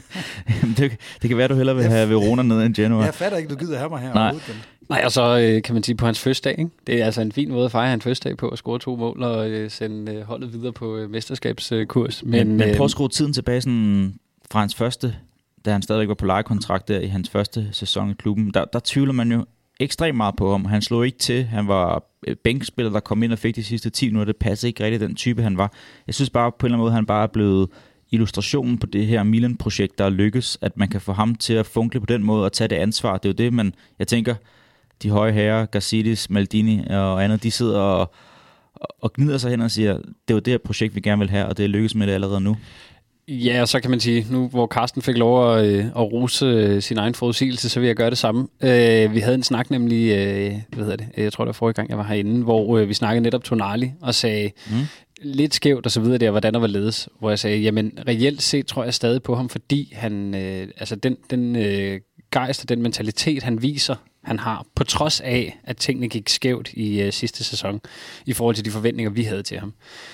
det, det kan være, du hellere vil have Verona ned end Genoa. Jeg fatter ikke, du gider have mig her. Nej. Nej, og så øh, kan man sige på hans fødselsdag, ikke? Det er altså en fin måde at fejre hans fødselsdag på, at score to mål og øh, sende øh, holdet videre på øh, mesterskabskurs. Men, men, men prøv at skrue tiden tilbage sådan, fra hans første, da han stadigvæk var på lejekontrakt der i hans første sæson i klubben. Der, der tvivler man jo ekstremt meget på ham. Han slog ikke til. Han var bænkspiller, der kom ind og fik de sidste ti minutter. Det passede ikke rigtig den type, han var. Jeg synes bare på en eller anden måde, han bare er blevet illustrationen på det her Milan-projekt, der er lykkes, at man kan få ham til at funkle på den måde og tage det ansvar. Det er jo det, man, jeg tænker, de høje herrer, Gazidis, Maldini og andet, de sidder og, og gnider sig hen og siger, det er jo det her projekt, vi gerne vil have, og det er lykkes med det allerede nu. Ja, og så kan man sige, nu hvor Carsten fik lov at, at rose sin egen forudsigelse, så vil jeg gøre det samme. Vi havde en snak nemlig, hvad hedder det, jeg tror det var forrige gang, jeg var herinde, hvor vi snakkede netop Tonali og sagde, mm. lidt skævt og så videre der, hvordan der var ledes, hvor jeg sagde, jamen reelt set tror jeg stadig på ham, fordi han, øh, altså den, den øh, gejst og den mentalitet, han viser, han har, på trods af, at tingene gik skævt i øh, sidste sæson, i forhold til de forventninger, vi havde til ham.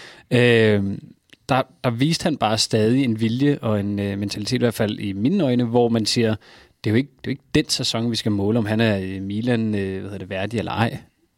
Øh, der, der viste han bare stadig en vilje og en øh, mentalitet, i hvert fald i mine øjne, hvor man siger, det er jo ikke, det er jo ikke den sæson, vi skal måle, om han er Milan øh, hvad hedder det, værdig eller ej.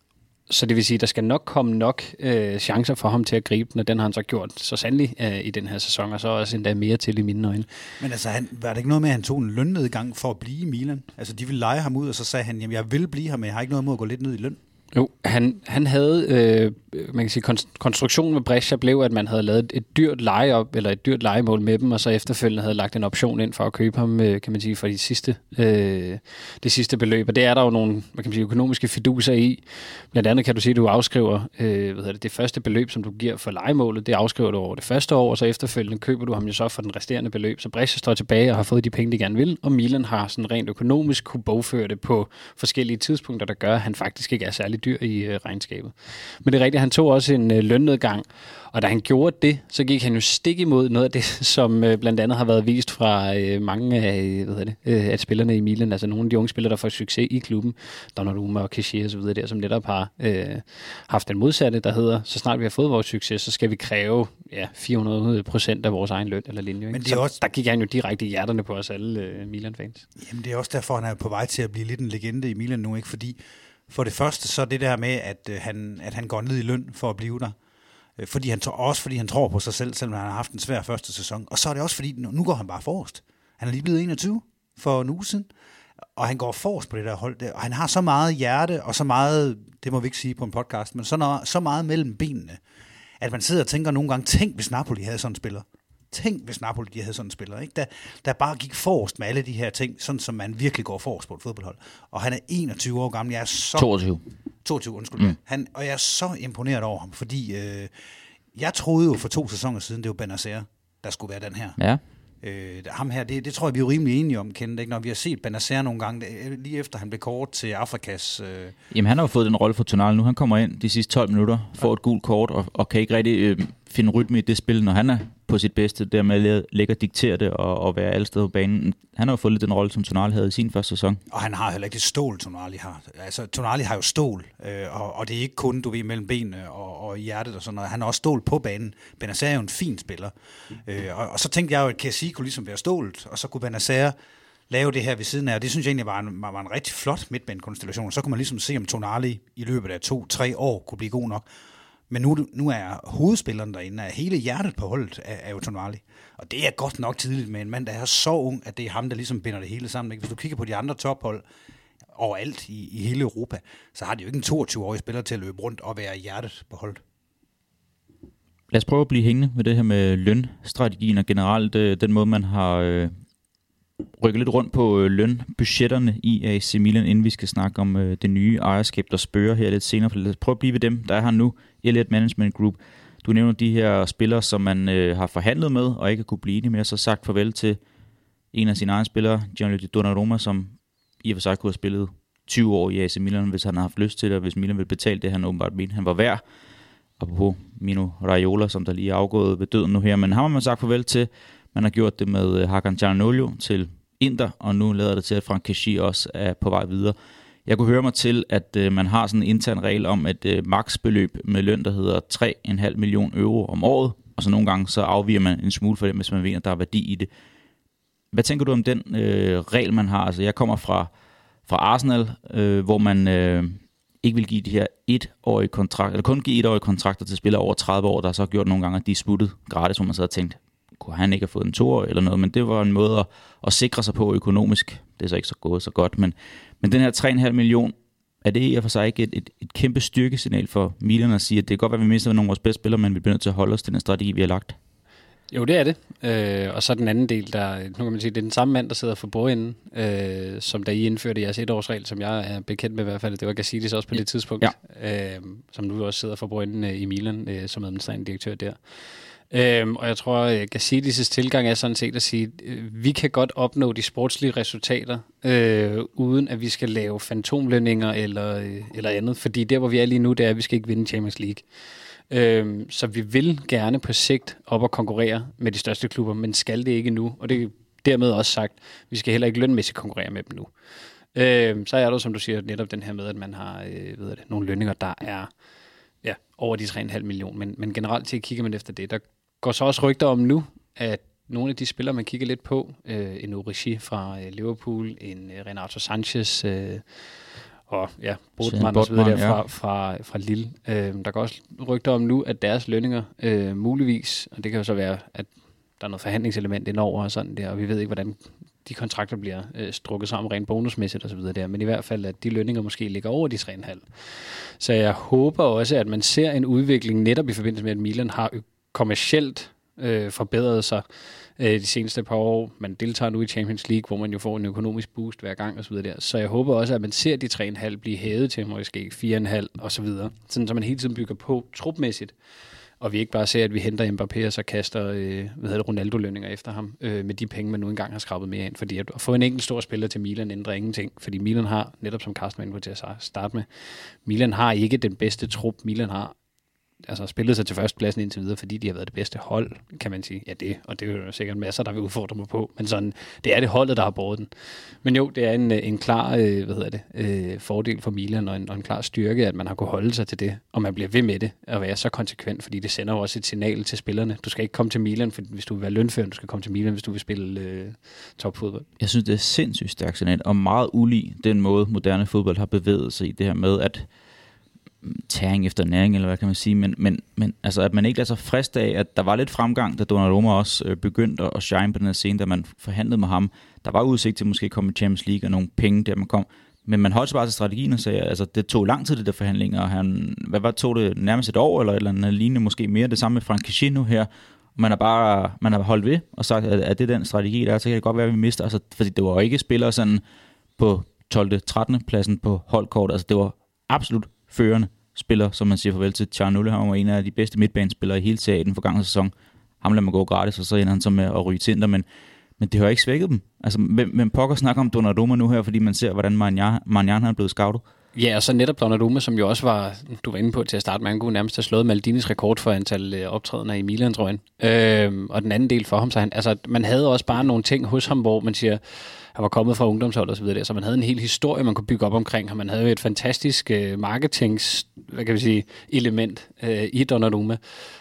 Så det vil sige, at der skal nok komme nok øh, chancer for ham til at gribe den, og den har han så gjort så sandelig øh, i den her sæson, og så også endda mere til i mine øjne. Men altså, han, var det ikke noget med, at han tog en lønnedgang for at blive i Milan? Altså, de ville lege ham ud, og så sagde han, jamen, jeg vil blive her, men jeg har ikke noget mod at gå lidt ned i løn. Jo, han, han havde, øh, man kan sige, konstruktionen med Brescia blev, at man havde lavet et, et dyrt lejeop, eller et dyrt lejemål med dem, og så efterfølgende havde lagt en option ind for at købe ham, øh, kan man sige, for de sidste, øh, det sidste beløb. Og det er der jo nogle, man kan sige, økonomiske fiduser i. Blandt andet kan du sige, at du afskriver øh, hvad hedder det, det første beløb, som du giver for lejemålet, det afskriver du over det første år, og så efterfølgende køber du ham jo så for den resterende beløb. Så Brescia står tilbage og har fået de penge, de gerne vil, og Milan har sådan rent økonomisk kunne bogføre det på forskellige tidspunkter, der gør, at han faktisk ikke er særlig dyr i øh, regnskabet. Men det er rigtigt, han tog også en øh, lønnedgang, og da han gjorde det, så gik han jo stik imod noget af det, som øh, blandt andet har været vist fra øh, mange af, hvad det, øh, af spillerne i Milan, altså nogle af de unge spillere, der får succes i klubben, Donnarumma og Kessie og så videre der, som netop har øh, haft den modsatte, der hedder, så snart vi har fået vores succes, så skal vi kræve ja, fire hundrede procent af vores egen løn eller linje. Men det er også... Der gik han jo direkte i hjerterne på os alle øh, Milan-fans. Jamen det er også derfor, han er på vej til at blive lidt en legende i Milan nu, ikke? Fordi for det første, så det der med, at, øh, han, at han går ned i løn for at blive der. Øh, fordi han, også fordi han tror på sig selv, selvom han har haft en svær første sæson. Og så er det også fordi, nu går han bare forrest. Han er lige blevet enogtyve for en uge siden. Og han går forrest på det der hold der. Og han har så meget hjerte, og så meget, det må vi ikke sige på en podcast, men så, noget, så meget mellem benene, at man sidder og tænker nogle gange, tænk hvis Napoli havde sådan en spiller. Tænk, hvis Napoli de havde sådan en spiller, ikke? Der, der bare gik forrest med alle de her ting, sådan som man virkelig går forrest på et fodboldhold. Og han er enogtyve år gammel. Jeg er så... toogtyve. toogtyve, undskyld. Mm. Han, og jeg er så imponeret over ham, fordi øh, jeg troede jo for to sæsoner siden, det var Benacer, der skulle være den her. Ja. Øh, ham her, det, det tror jeg, vi er rimelig enige om, Kenneth, ikke? Når vi har set Benacer nogle gange, lige efter han blev kort til Afrikas... Øh... Jamen, han har jo fået den rolle for Tonali nu. Han kommer ind de sidste tolv minutter, får et gult kort, og, og kan ikke rigtig øh, finde rytme i det spil, når han er på sit bedste, dermed at ligge og diktere det og, og være alle steder på banen. Han har jo fået lidt den rolle, som Tonali havde i sin første sæson. Og han har heller ikke det stål, Tonali har. Altså, Tonali har jo stål, øh, og, og det er ikke kun, du ved, mellem benene og, og hjertet og sådan noget. Han har også stål på banen. Benacer er jo en fin spiller. Øh, og, og så tænkte jeg jo, at Kessie kunne ligesom være stålet, og så kunne Benacer lave det her ved siden af, og det synes jeg egentlig var en, var en rigtig flot midtbanekonstellation. Så kunne man ligesom se, om Tonali i løbet af to-tre år kunne blive god nok. Men nu, nu er hovedspilleren derinde, er hele hjertet på holdet er, er jo Tonali. Og det er godt nok tidligt med en mand, der er så ung, at det er ham, der ligesom binder det hele sammen. Ikke? Hvis du kigger på de andre tophold overalt i, i hele Europa, så har de jo ikke en toogtyve-årig spiller til at løbe rundt og være hjertet på holdet. Lad os prøve at blive hængende med det her med lønstrategien og generelt øh, den måde, man har øh, rykket lidt rundt på øh, lønbudgetterne i A C Milan, inden vi skal snakke om øh, det nye ejerskab, der spørger her lidt senere. For lad os prøve at blive ved dem, der er her nu. Elliott Management Group. Du nævner de her spillere, som man øh, har forhandlet med, og ikke har kunne blive enige med, og så sagt farvel til en af sine egne spillere, Gianluigi Donnarumma, som i og for sig kunne have spillet tyve år i A C Milan, hvis han har haft lyst til det, og hvis Milan ville betale det, han åbenbart mente, han var værd. Apropos Mino Raiola, som der lige er afgået ved døden nu her. Men har man sagt farvel til, man har gjort det med Hakan Çalhanoğlu til Inter, og nu lader det til, at Franck Kessie også er på vej videre. Jeg kunne høre mig til, at øh, man har sådan en intern regel om et øh, maksbeløb med løn, der hedder tre komma fem millioner euro om året, og så nogle gange så afviger man en smule for det, hvis man mener, at der er værdi i det. Hvad tænker du om den øh, regel, man har? Altså, jeg kommer fra, fra Arsenal, øh, hvor man øh, ikke vil give de her etårige kontrakter, eller kun give etårige kontrakter til spillere over tredive år, der har så gjort nogle gange, at de er smuttet gratis, hvor man så har tænkt, kunne han ikke have fået en toårig eller noget, men det var en måde at, at sikre sig på økonomisk. Det er så ikke så gået så godt, men, men den her tre komma fem million, er det i og for sig ikke et, et, et kæmpe styrkesignal for Milan at sige, at det kan godt være, at vi mister nogle af vores bedste spillere, men vi bliver nødt til at holde os til den strategi, vi har lagt? Jo, det er det. Øh, og så den anden del, der, nu kan man sige, det er den samme mand, der sidder for bordenden, øh, som da I indførte jeres etårsregel, som jeg er bekendt med i hvert fald. Det var Gazidis også på det tidspunkt, ja. øh, som nu også sidder for bordenden øh, i Milan, øh, som administrerende direktør der. Øhm, og jeg tror, at Gazidis' tilgang er sådan set at sige, at øh, vi kan godt opnå de sportslige resultater, øh, uden at vi skal lave fantomlønninger eller, øh, eller andet. Fordi der, hvor vi er lige nu, det er, at vi skal ikke vinde Champions League. Øhm, så vi vil gerne på sigt op og konkurrere med de største klubber, men skal det ikke nu. Og det er dermed også sagt, at vi skal heller ikke lønmæssigt konkurrere med dem nu. Øhm, så er der, som du siger, netop den her med, at man har øh, ved det, nogle lønninger, der er ja, over de tre komma fem millioner. Men, men generelt til kigger man efter det, der går så også rygter om nu, at nogle af de spillere, man kigger lidt på, øh, en Origi fra øh, Liverpool, en øh, Renato Sanchez, øh, og ja, Botman og så videre der fra, ja. fra, fra Lille. Øh, der går også rygter om nu, at deres lønninger øh, muligvis, og det kan jo så være, at der er noget forhandlingselement indover og sådan der, og vi ved ikke, hvordan de kontrakter bliver øh, strukket sammen rent bonusmæssigt og så videre der, men i hvert fald, at de lønninger måske ligger over de tre komma fem. Så jeg håber også, at man ser en udvikling netop i forbindelse med, at Milan har kommercielt øh, forbedret sig øh, de seneste par år. Man deltager nu i Champions League, hvor man jo får en økonomisk boost hver gang og så videre der. Så jeg håber også, at man ser de tre komma fem blive hævet til måske fire komma fem og så videre. Sådan, så man hele tiden bygger på trupmæssigt. Og vi ikke bare ser, at vi henter Mbappé og så kaster øh, hvad hedder det, Ronaldo-lønninger efter ham øh, med de penge, man nu engang har skrabet mere ind. Fordi at få en enkelt stor spiller til Milan ændrer ingenting. Fordi Milan har, netop som Carsten var inde på til at starte med, Milan har ikke den bedste trup. Milan har altså spillet sig til førstepladsen indtil videre, fordi de har været det bedste hold, kan man sige. Ja, det, og det er jo sikkert masser, der vil udfordre mig på, men sådan, det er det holdet, der har båret den. Men jo, det er en, en klar øh, hvad hedder det, øh, fordel for Milan, og en, og en klar styrke, at man har kunnet holde sig til det, og man bliver ved med det, at være så konsekvent, fordi det sender jo også et signal til spillerne. Du skal ikke komme til Milan, for, hvis du vil være lønførende, du skal komme til Milan, hvis du vil spille øh, topfodbold. Jeg synes, det er sindssygt stærkt signal, og meget ulig den måde, moderne fodbold har bevæget sig i det her med, at tæring efter næring, eller hvad kan man sige, men, men, men altså, at man ikke lader sig friste af, at der var lidt fremgang, da Donnarumma også øh, begyndte at shine på den her scene, da man forhandlede med ham. Der var udsigt til måske at komme i Champions League og nogle penge, der man kom. Men man holdt sig bare til strategien og sagde, altså det tog lang tid, det der forhandlinger, og han, hvad var, tog det nærmest et år, eller et eller andet lignende, måske mere det samme med Frank Kessié nu her. Man har bare man har holdt ved og sagt, at, at det er den strategi, der er, så kan det godt være, at vi mister. Altså, fordi det var ikke spillere sådan på tolvte trettende pladsen på holdkort, altså det var absolut førende spiller, som man siger farvel til. Çalhanoğlu, han var en af de bedste midtbanespillere i hele serien den forgangne sæson. Ham lader man gå gratis, og så ender han så med at ryge til der, men, men det har ikke svækket dem. Altså, hvem, hvem pokker snakker om Donnarumma nu her, fordi man ser, hvordan Maignan er blevet scoutet? Ja, og så netop Donnarumma, som jo også var, du var inde på til at starte med, han kunne nærmest have slået Maldinis rekord for antal øh, optrædener i Milan, tror jeg. Øh, og den anden del for ham, så han, altså, man havde også bare nogle ting hos ham, hvor man siger, han var kommet fra ungdomshold og så videre der, så man havde en hel historie, man kunne bygge op omkring ham. Man havde jo et fantastisk øh, marketings, hvad kan vi sige, element øh, i Donnarumma.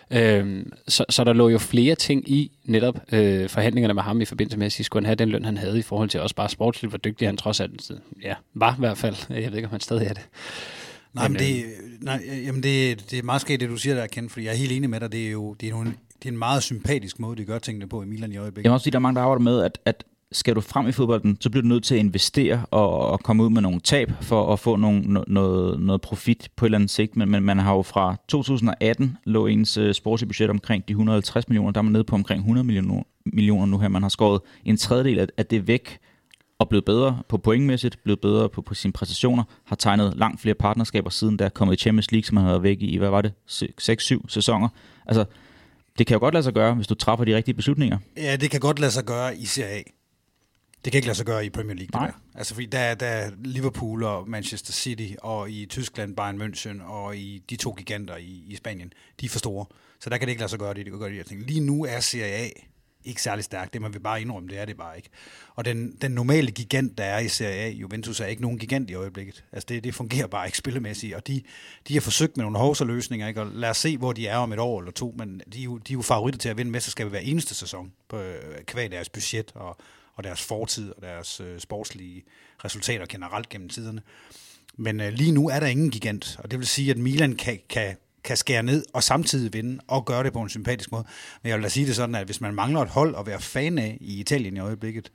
Øh, så, så der lå jo flere ting i netop øh, forhandlingerne med ham i forbindelse med, at sige, skulle han have den løn, han havde i forhold til også bare sportsligt, hvor dygtig han trods alt ja, var i hvert fald. Jeg ved ikke, om han stadig er det. Nej, men, men det, nej, jamen det, det er meget skægt, det du siger der, Ken, fordi jeg er helt enig med dig. Det er jo det er, nogle, det er en meget sympatisk måde, de gør tingene på i Milan i øjeblikket. Jeg må også sige, der er mange, der arbejder med, at, at skal du frem i fodbolden, så bliver du nødt til at investere og, og komme ud med nogle tab for at få nogle, no, noget, noget profit på et eller andet sigt. Men, men man har jo fra to tusind og atten lå ens uh, sportslige budget omkring de et hundrede og halvtreds millioner. Der er man nede på omkring hundrede millioner, millioner nu her. Man har skåret en tredjedel af, af det væk og blevet bedre på pointmæssigt, blevet bedre på, på sine præstationer, har tegnet langt flere partnerskaber siden der er kommet i Champions League, som man har været væk i, hvad var det, seks syv sæsoner. Altså, det kan jo godt lade sig gøre, hvis du træffer de rigtige beslutninger. Ja, det kan godt lade sig gøre i Serie A. Det kan ikke lade sig gøre i Premier League, det der. Altså, fordi der, der er Liverpool og Manchester City, og i Tyskland Bayern München, og i de to giganter i, i Spanien, de er for store. Så der kan det ikke lade sig gøre det, det kan gøre de her ting. Lige nu er Serie A ikke særlig stærk, det må vi bare indrømme, det er det bare ikke. Og den, den normale gigant, der er i Serie A, Juventus, er ikke nogen gigant i øjeblikket. Altså, det, det fungerer bare ikke spillemæssigt, og de, de har forsøgt med nogle hovsaløsninger, ikke? Og lad os se, hvor de er om et år eller to, men de er jo, de er jo favoritter til at vinde mesterskabet hver eneste sæson, på kvad deres budget og og deres fortid og deres øh, sportslige resultater generelt gennem tiderne. Men øh, lige nu er der ingen gigant, og det vil sige, at Milan kan, kan, kan skære ned og samtidig vinde og gøre det på en sympatisk måde. Men jeg vil da sige det sådan, at hvis man mangler et hold at være fan af i Italien i øjeblikket,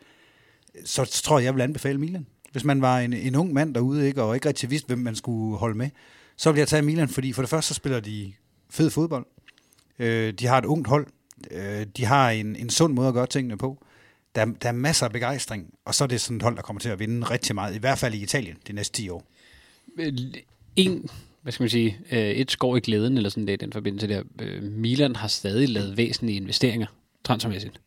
så tror jeg, jeg vil anbefale Milan. Hvis man var en, en ung mand derude ikke, og ikke rigtig vidste, hvem man skulle holde med, så vil jeg tage Milan, fordi for det første så spiller de fed fodbold. Øh, de har et ungt hold. Øh, de har en, en sund måde at gøre tingene på. Der, der er masser af begejstring, og så er det sådan et hold, der kommer til at vinde rigtig meget, i hvert fald i Italien de næste ti år. En, hvad skal man sige, et skår i glæden, eller sådan det i den forbindelse der. Milan har stadig lavet væsentlige investeringer, transfermæssigt.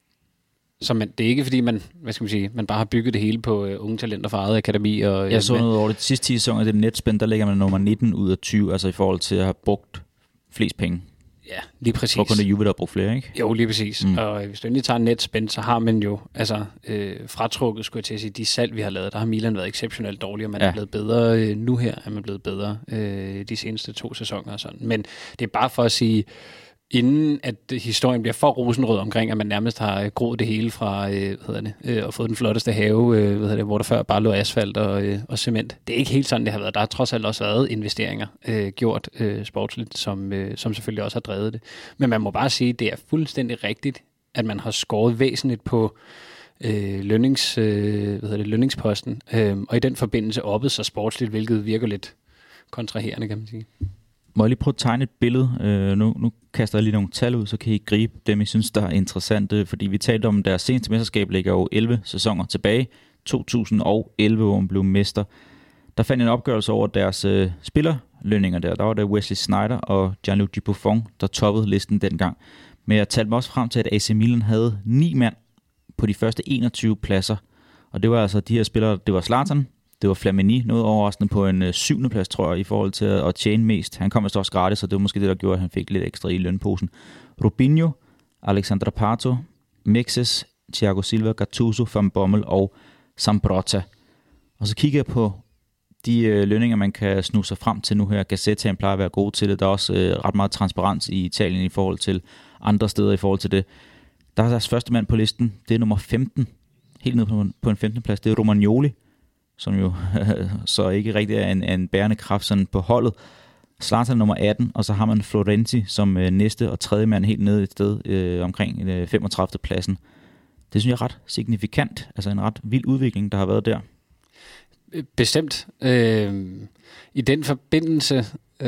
Så man, det er ikke fordi, man, hvad skal man sige, man bare har bygget det hele på uh, unge talenter fra eget akademi. Og, jeg så noget over det sidste ti sæsoner, det netspænd, der ligger man nummer nitten ud af tyve, altså i forhold til at have brugt flest penge. Ja, lige præcis. For kun det Juve, der har brugt flere, ikke? Jo, lige præcis. Mm. Og hvis du endelig tager netspænd, så har man jo altså øh, fratrukket, skulle jeg til at sige, de salg, vi har lavet. Der har Milan været exceptionelt dårlig, og man ja. er blevet bedre øh, nu her, er man blevet bedre øh, de seneste to sæsoner og sådan. Men det er bare for at sige, inden at historien bliver for rosenrød omkring, at man nærmest har groet det hele fra, øh, hvad hedder det, øh, og fået den flotteste have, øh, hvad hedder det, hvor der før bare lå asfalt og, øh, og cement. Det er ikke helt sådan, det har været. Der har trods alt også været investeringer øh, gjort øh, sportsligt, som, øh, som selvfølgelig også har drevet det. Men man må bare sige, at det er fuldstændig rigtigt, at man har skåret væsentligt på øh, lønnings, øh, hvad hedder det, lønningsposten, øh, og i den forbindelse oppet sig sportsligt, hvilket virker lidt kontraherende, kan man sige. Må jeg lige prøve at tegne et billede? Uh, nu, nu kaster jeg lige nogle tal ud, så kan I gribe dem, I synes, der er interessante. Fordi vi talte om, deres seneste mesterskab ligger jo elleve sæsoner tilbage. to tusind og elleve, hvor man blev mester. Der fandt en opgørelse over deres uh, spillerlønninger der. Der var det Wesley Sneijder og Gianluigi Buffon, der toppede listen dengang. Men jeg talte mig også frem til, at A C Milan havde ni mand på de første enogtyve pladser. Og det var altså de her spillere, det var Zlatan, det var Flamini, noget overraskende på en øh, syvende plads, tror jeg, i forhold til at, at tjene mest. Han kom også gratis, så det var måske det, der gjorde, at han fik lidt ekstra i lønposen. Robinho, Alexandra Pato, Mexes, Thiago Silva, Gattuso, Van Bommel og Zambrotta. Og så kigger jeg på de øh, lønninger, man kan snuse sig frem til nu her. Gazzetta plejer at være god til det. Der er også øh, ret meget transparens i Italien i forhold til andre steder i forhold til det. Der er deres første mand på listen, det er nummer femten. Helt nede på, på en femtende plads, det er Romagnoli, som jo så ikke rigtig er en, en bærende kraft sådan på holdet. Zlatan nummer atten, og så har man Florenzi som øh, næste og tredje mand helt nede et sted øh, omkring øh, femogtredivte pladsen. Det synes jeg er ret signifikant, altså en ret vild udvikling, der har været der. Bestemt. Øh, I den forbindelse,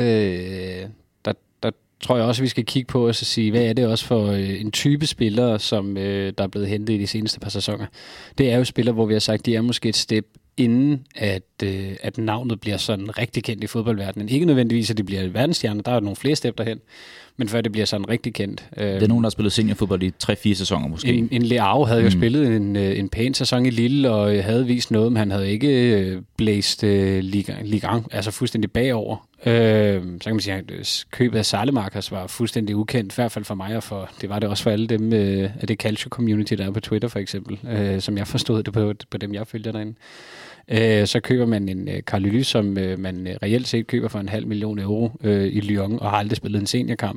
øh, der, der tror jeg også, at vi skal kigge på og så sige, hvad er det også for øh, en type spillere, som øh, der er blevet hentet i de seneste par sæsoner. Det er jo spillere, hvor vi har sagt, de er måske et step inden at, øh, at navnet bliver sådan rigtig kendt i fodboldverdenen. Ikke nødvendigvis, at det bliver verdensstjerner, der er nogle flere step derhen, men før det bliver sådan rigtig kendt. Det er nogen, der har spillet seniorfodbold i tre fire sæsoner måske. En, en Leao havde jo mm. spillet en, en pæn sæson i Lille, og havde vist noget, men han havde ikke blæst uh, Ligue, altså fuldstændig bagover. Øh, så kan man sige, at købet af Salemakers var fuldstændig ukendt, i hvert fald for mig, og for, det var det også for alle dem øh, af det Calcio-community, der er på Twitter for eksempel, øh, som jeg forstod det på, på dem, jeg følger derinde. Øh, så køber man en øh, Carl Lys, som øh, man øh, reelt set køber for en halv million euro øh, i Lyon, og har aldrig spillet en seniorkamp.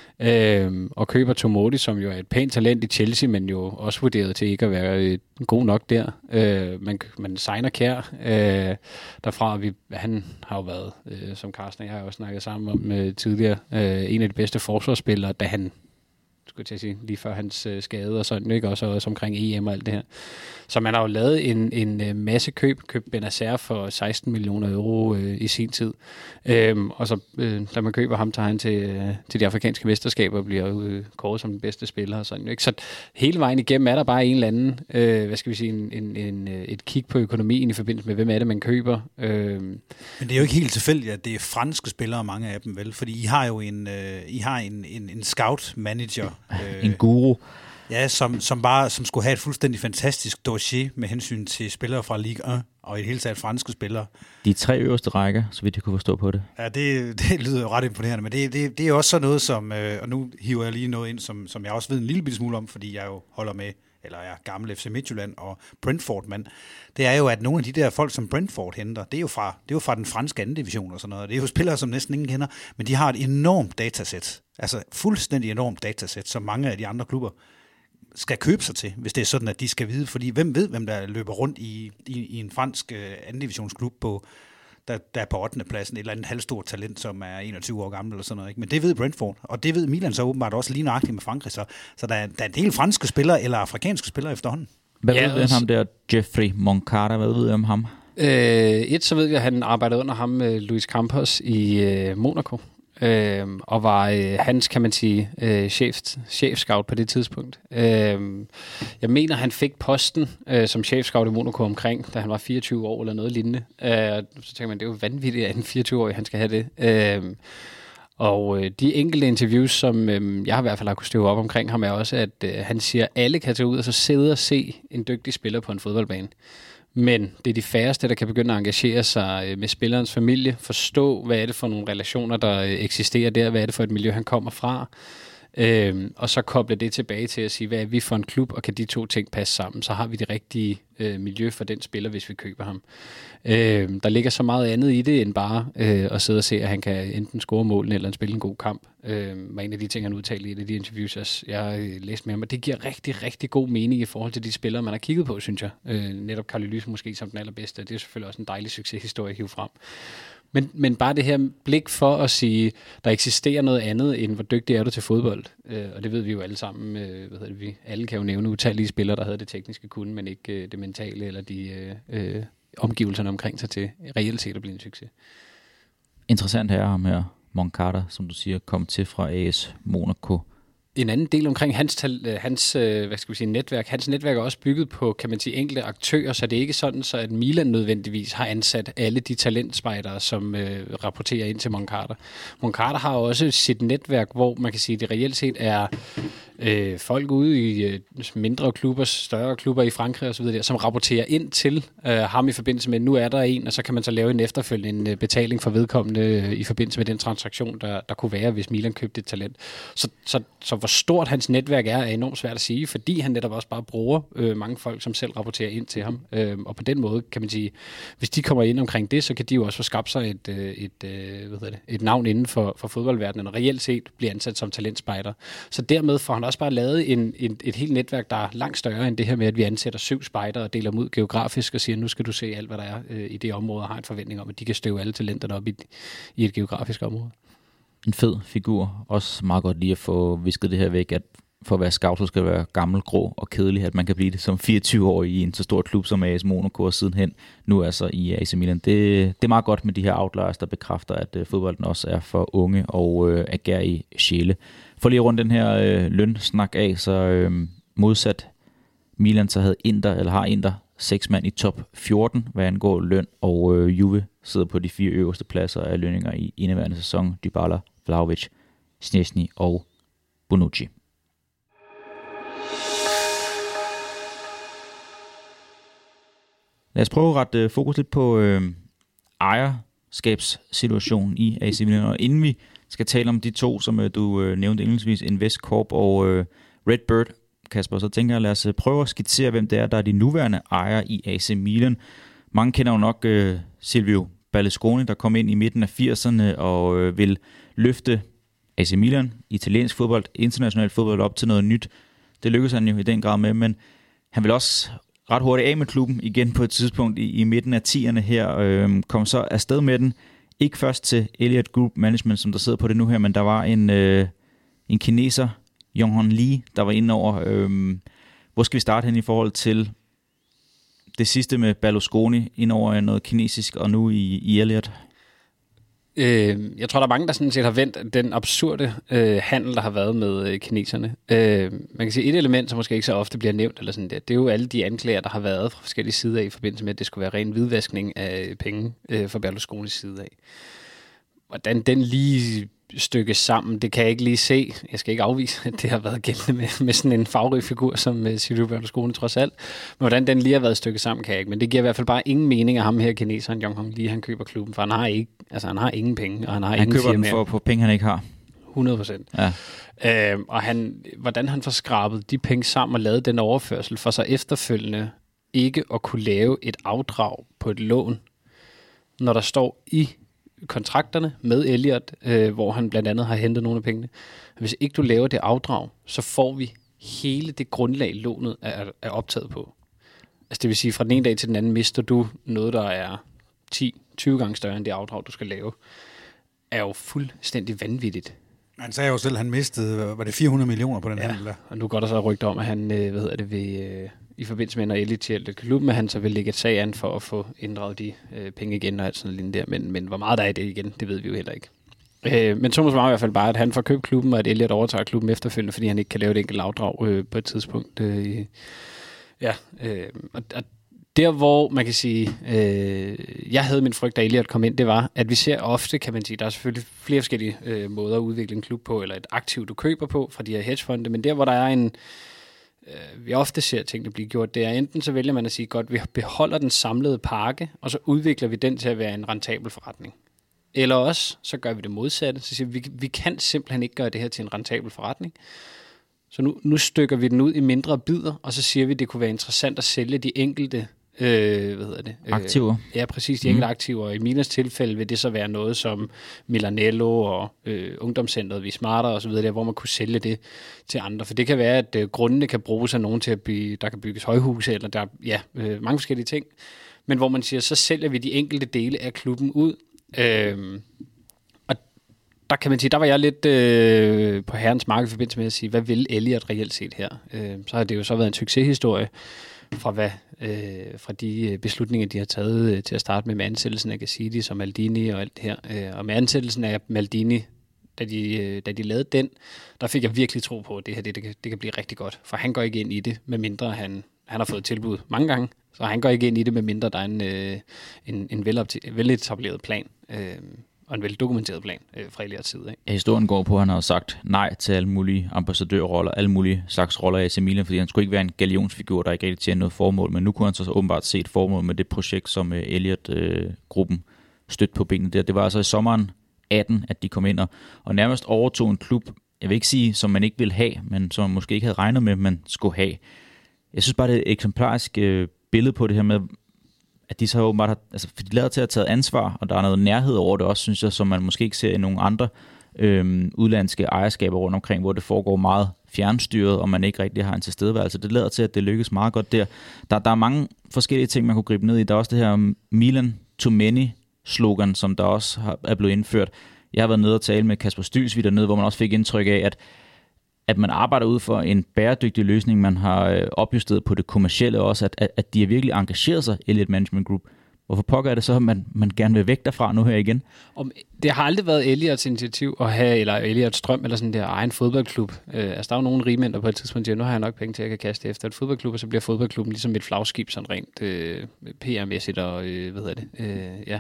Øh, og køber Tomodi, som jo er et pænt talent i Chelsea, men jo også vurderet til ikke at være øh, god nok der. Øh, man, man signer Kjær øh, derfra. Vi, han har jo været, øh, som Carsten og jeg har også snakket sammen om øh, tidligere, øh, en af de bedste forsvarsspillere, da han, skulle jeg til at sige, lige før hans øh, skade og sådan, ikke? Også, også omkring E M og alt det her. Så man har jo lavet en, en masse køb, købt Benacer for seksten millioner euro øh, i sin tid. Øhm, og så, øh, da man køber ham, tager han til, øh, til de afrikanske mesterskaber og bliver øh, kåret som den bedste spiller. Og sådan, ikke? Så hele vejen igennem er der bare en eller anden, øh, hvad skal vi sige, en, en, en, et kig på økonomien i forbindelse med, hvem er det, man køber. Øh. Men det er jo ikke helt tilfældigt, at det er franske spillere, mange af dem vel, fordi I har jo en, øh, I har en, en, en scout-manager. Øh, en guru. Ja, som, som bare som skulle have et fuldstændig fantastisk dossier med hensyn til spillere fra Ligue et, og i det hele taget franske spillere. De tre øverste rækker, så vidt jeg kunne forstå på det. Ja, det, det lyder jo ret imponerende, men det, det, det er også sådan noget, som, øh, og nu hiver jeg lige noget ind, som, som jeg også ved en lille smule om, fordi jeg jo holder med, eller jeg er gammel F C Midtjylland og Brentford-mand, det er jo, at nogle af de der folk, som Brentford henter, det er jo fra, det er jo fra den franske anden division og sådan noget. Det er jo spillere, som næsten ingen kender, men de har et enormt datasæt, altså fuldstændig enormt datasæt, som mange af de andre klubber skal købe sig til, hvis det er sådan, at de skal vide, fordi hvem ved, hvem der løber rundt i, i, i en fransk uh, anden divisionsklub, på, der, der er på ottende pladsen, et eller andet halvstort talent, som er enogtyve år gammel eller sådan noget. Ikke? Men det ved Brentford, og det ved Milan så åbenbart også lige nøjagtigt med Frankrig, så, så der, der er en del franske spillere eller afrikanske spillere efterhånden. Hvad ja, ved du om ham der, Jeffrey Moncada, hvad ved du om ham? Øh, et, så ved jeg, at han arbejdede under ham, Luis Campos, i øh, Monaco. øh, og var øh, hans, kan man sige, øh, chef, chefscout på det tidspunkt. Øh, jeg mener, han fik posten øh, som chefscout i Monaco omkring, da han var fireogtyve år eller noget lignende. Øh, så tænker man, det er jo vanvittigt, at en fireogtyve-årig han skal have det. Øh, og øh, de enkelte interviews, som øh, jeg har i hvert fald har kunnet støve op omkring ham, er også, at øh, han siger, at alle kan tage ud og så sidde og se en dygtig spiller på en fodboldbane. Men det er de færreste, der kan begynde at engagere sig med spillerens familie, forstå, hvad er det for nogle relationer, der eksisterer der, hvad er det for et miljø, han kommer fra, øhm, og så koble det tilbage til at sige, hvad er vi for en klub, og kan de to ting passe sammen, så har vi det rigtige øh, miljø for den spiller, hvis vi køber ham. Øhm, der ligger så meget andet i det, end bare øh, at sidde og se, at han kan enten score målene, eller spille en god kamp. Øhm, var en af de ting, han udtalte i et af de interviews, jeg har læst med ham, og det giver rigtig, rigtig god mening i forhold til de spillere, man har kigget på, synes jeg. Øh, netop Carly Lys måske som den allerbedste, det er selvfølgelig også en dejlig succeshistorie at hive frem. Men, men bare det her blik for at sige, der eksisterer noget andet, end hvor dygtig er du til fodbold. Øh, og det ved vi jo alle sammen. Øh, hvad hedder det, vi alle kan jo nævne utallige spillere, der havde det tekniske kunne, men ikke øh, det mentale eller de øh, øh, omgivelserne omkring sig til reelt set at blive en succes. Interessant her ham her, Moncada, som du siger, kom til fra A S Monaco. En anden del omkring hans, hans, hvad skal vi sige, netværk. Hans netværk er også bygget på, kan man sige, enkelte aktører, så det er ikke sådan, så at Milan nødvendigvis har ansat alle de talentspejdere, som øh, rapporterer ind til Moncada. Moncada har også sit netværk, hvor man kan sige, at det reelt set er øh, folk ude i øh, mindre klubber, større klubber i Frankrig osv., der, som rapporterer ind til øh, ham i forbindelse med, nu er der en, og så kan man så lave en efterfølgende betaling for vedkommende øh, i forbindelse med den transaktion, der, der kunne være, hvis Milan købte et talent. Så, så, så hvor stort hans netværk er, er enormt svært at sige, fordi han netop også bare bruger øh, mange folk, som selv rapporterer ind til ham. Øh, og på den måde kan man sige, hvis de kommer ind omkring det, så kan de jo også få skabt sig et, øh, et, øh, hvad hedder det, et navn inden for, for fodboldverdenen, og reelt set bliver ansat som talentspejder. Så dermed får han også bare lavet en, en, et helt netværk, der er langt større end det her med, at vi ansætter syv spejder og deler dem ud geografisk og siger, nu skal du se alt, hvad der er øh, i det område, og har en forventning om, at de kan støve alle talenterne op i, i et geografisk område. En fed figur. Også meget godt lige at få visket det her væk, at for at være scout, så skal det være gammel, grå og kedelig, at man kan blive det som fireogtyve-årig i en så stor klub som A S Monaco og sidenhen nu altså i A C Milan. Det, det er meget godt med de her outliers, der bekræfter, at uh, fodbolden også er for unge og uh, agerer i sjæle. For lige rundt den her uh, lønsnak af, så uh, modsat Milan, så havde Inter, eller har Inter, seks mand i top fjorten, hvad angår løn, og uh, Juve sidder på de fire øverste pladser af lønninger i indeværende sæson. Dybala, Vlahovic, Szczęsny og Bonucci. Lad os prøve at rette fokus lidt på øh, ejerskabssituationen i A C Milan, og inden vi skal tale om de to, som øh, du øh, nævnte indledningsvis, Investcorp og øh, Redbird, Kasper, så tænker jeg, lad os prøve at skitsere, hvem det er, der er de nuværende ejere i A C Milan. Mange kender jo nok øh, Silvio Berlusconi, der kom ind i midten af firserne og øh, vil løfte A C Milan, italiensk fodbold, international fodbold op til noget nyt. Det lykkedes han jo i den grad med, men han vil også ret hurtigt af med klubben igen på et tidspunkt i, i midten af tierne her. Øh, kom så afsted med den. Ikke først til Elliott Group Management, som der sidder på det nu her, men der var en, øh, en kineser, Yonghong Lee, der var inde over. Øh, hvor skal vi starte hen i forhold til det sidste med Berlusconi, ind over noget kinesisk, og nu i, i Elliott? Øh, jeg tror, der er mange, der sådan set har vendt den absurde øh, handel, der har været med øh, kineserne. Øh, man kan sige, et element, som måske ikke så ofte bliver nævnt, eller sådan der, det er jo alle de anklager, der har været fra forskellige sider af, i forbindelse med, at det skulle være ren hvidvaskning af penge øh, fra Berlusconis side af. Hvordan den lige stykkes sammen, det kan jeg ikke lige se. Jeg skal ikke afvise, at det har været gældende med, med sådan en farverig figur som uh, Silvio Berlusconi trods alt. Men hvordan den lige har været stykket sammen, kan jeg ikke. Men det giver i hvert fald bare ingen mening af ham her, kineseren Yonghong Lee, han køber klubben, for han har ikke, altså han har ingen penge, og han har han ingen køber firmaer. den for, for penge, han ikke har. hundrede procent. Ja. Øh, og han, hvordan han får skrabet de penge sammen og lavet den overførsel, for så efterfølgende ikke at kunne lave et afdrag på et lån, når der står i kontrakterne med Elliott, øh, hvor han blandt andet har hentet nogle af pengene. Hvis ikke du laver det afdrag, så får vi hele det grundlag, lånet er, er optaget på. Altså det vil sige, fra den ene dag til den anden mister du noget, der er ti til tyve gange større end det afdrag, du skal lave. Er jo fuldstændig vanvittigt. Han sagde jo selv, at han mistede, var det fire hundrede millioner på den ja, handel der? Og nu går der så rygter om, at han, øh, hvad hedder det, ved, øh, i forbindelse med, når Elliott til klubben, at han så vil lægge et sag an for at få inddraget de øh, penge igen og alt sådan lidt der. Men, men hvor meget der er i det igen, det ved vi jo heller ikke. Øh, men Thomas var i hvert fald bare, at han får købt klubben, og at Elliot overtager klubben efterfølgende, fordi han ikke kan lave et enkelt afdrag øh, på et tidspunkt. Øh, ja, øh, og, og der hvor man kan sige, øh, jeg havde min frygt, da Elliot kom ind, det var, at vi ser ofte, kan man sige, der er selvfølgelig flere forskellige øh, måder at udvikle en klub på, eller et aktiv, du køber på fra de her hedgefonde, men der hvor der er en, øh, vi ofte ser tingene blive gjort, det er enten så vælger man at sige, godt, vi beholder den samlede pakke, og så udvikler vi den til at være en rentabel forretning. Eller også, så gør vi det modsatte, så siger vi, vi, vi kan simpelthen ikke gøre det her til en rentabel forretning. Så nu, nu stykker vi den ud i mindre bidder, og så siger vi, at det kunne være interessant at sælge de enkelte øh, hvad hedder det? aktiver. Øh, ja, præcis, de enkelte mm. aktiver. I Milans tilfælde vil det så være noget som Milanello og øh, ungdomscentret Vi Smarter og så videre, der, hvor man kunne sælge det til andre. For det kan være, at øh, grundene kan bruges af nogen til at bygge, der kan bygges højhuse, eller der ja, øh, mange forskellige ting. Men hvor man siger, så sælger vi de enkelte dele af klubben ud. Øh, og der kan man sige, der var jeg lidt øh, på herrens marked i forbindelse med at sige, hvad vil Elliot reelt set her? Øh, så har det jo så været en succeshistorie fra, hvad, øh, fra de beslutninger, de har taget øh, til at starte med, med ansættelsen af Gazidis og Maldini og alt det her. Øh, og med ansættelsen af Maldini, da de, øh, da de lavede den, der fik jeg virkelig tro på, at det her det, det, kan, det kan blive rigtig godt. For han går ikke ind i det, medmindre han, han har fået tilbud mange gange. Så han går ikke ind i det, medmindre der er en, øh, en, en veletableret plan. Øh, og en veldokumenteret plan øh, fra Elliots side. Ikke? Ja, historien går på, at han har sagt nej til alle mulige ambassadørroller, alle mulige slags roller i A C Milan, fordi han skulle ikke være en galionsfigur, der ikke rigtig tjener noget formål, men nu kunne han så åbenbart se et formål med det projekt, som uh, Elliot-gruppen uh, stødte på benene der. Det var altså i sommeren atten, at de kom ind og, og nærmest overtog en klub, jeg vil ikke sige, som man ikke ville have, men som man måske ikke havde regnet med, man skulle have. Jeg synes bare, det er et eksemplarisk uh, billede på det her med, at de så åbenbart har, altså for de lader til at have taget ansvar, og der er noget nærhed over det også, synes jeg, som man måske ikke ser i nogle andre øhm, udlandske ejerskaber rundt omkring, hvor det foregår meget fjernstyret, og man ikke rigtig har en tilstedeværelse. Det lader til, at det lykkes meget godt der. Der, der er mange forskellige ting, man kunne gribe ned i. Der er også det her Milan to many slogan, som der også har, er blevet indført. Jeg har været nede og tale med Kasper Stylsvig dernede, hvor man også fik indtryk af, at at man arbejder ud for en bæredygtig løsning, man har øh, opjusteret på det kommercielle også, at, at, at de har virkelig engageret sig, Elliot Management Group. Hvorfor pokker er det så, at man, man gerne vil væk derfra nu her igen? Om, det har aldrig været Elliots initiativ at have, eller Elliots drøm, eller sådan der egen fodboldklub. Øh, altså der er jo nogle rigmænd, der på et tidspunkt siger, nu har jeg nok penge til, at jeg kan kaste efter et fodboldklub, og så bliver fodboldklubben ligesom et flagskib, sådan rent øh, P R-mæssigt og, øh, hvad hedder det, øh, ja...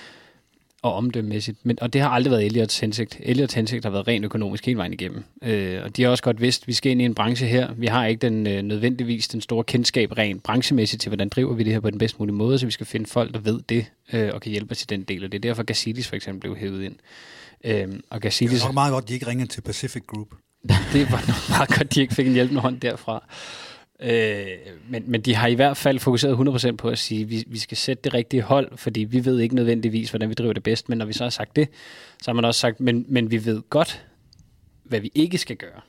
og omdømmemæssigt. Men, og det har aldrig været Elliots hensigt. Elliots hensigt har været rent økonomisk hele vejen igennem. Øh, og de har også godt vidst, at vi skal ind i en branche her. Vi har ikke den øh, nødvendigvis den store kendskab rent branchemæssigt til, hvordan driver vi det her på den bedst mulige måde, så vi skal finde folk, der ved det øh, og kan hjælpe os i den del. Og det er derfor, Gazidis for eksempel blev hævet ind. Øh, og Gazidis, det var meget godt, de ikke ringede til Pacific Group. Det var nok meget godt, de ikke fik en hjælpende hånd derfra. Øh, men, men de har i hvert fald fokuseret hundrede procent på at sige, at vi, vi skal sætte det rigtige hold, fordi vi ved ikke nødvendigvis, hvordan vi driver det bedst, men når vi så har sagt det, så har man også sagt, men, men vi ved godt, hvad vi ikke skal gøre.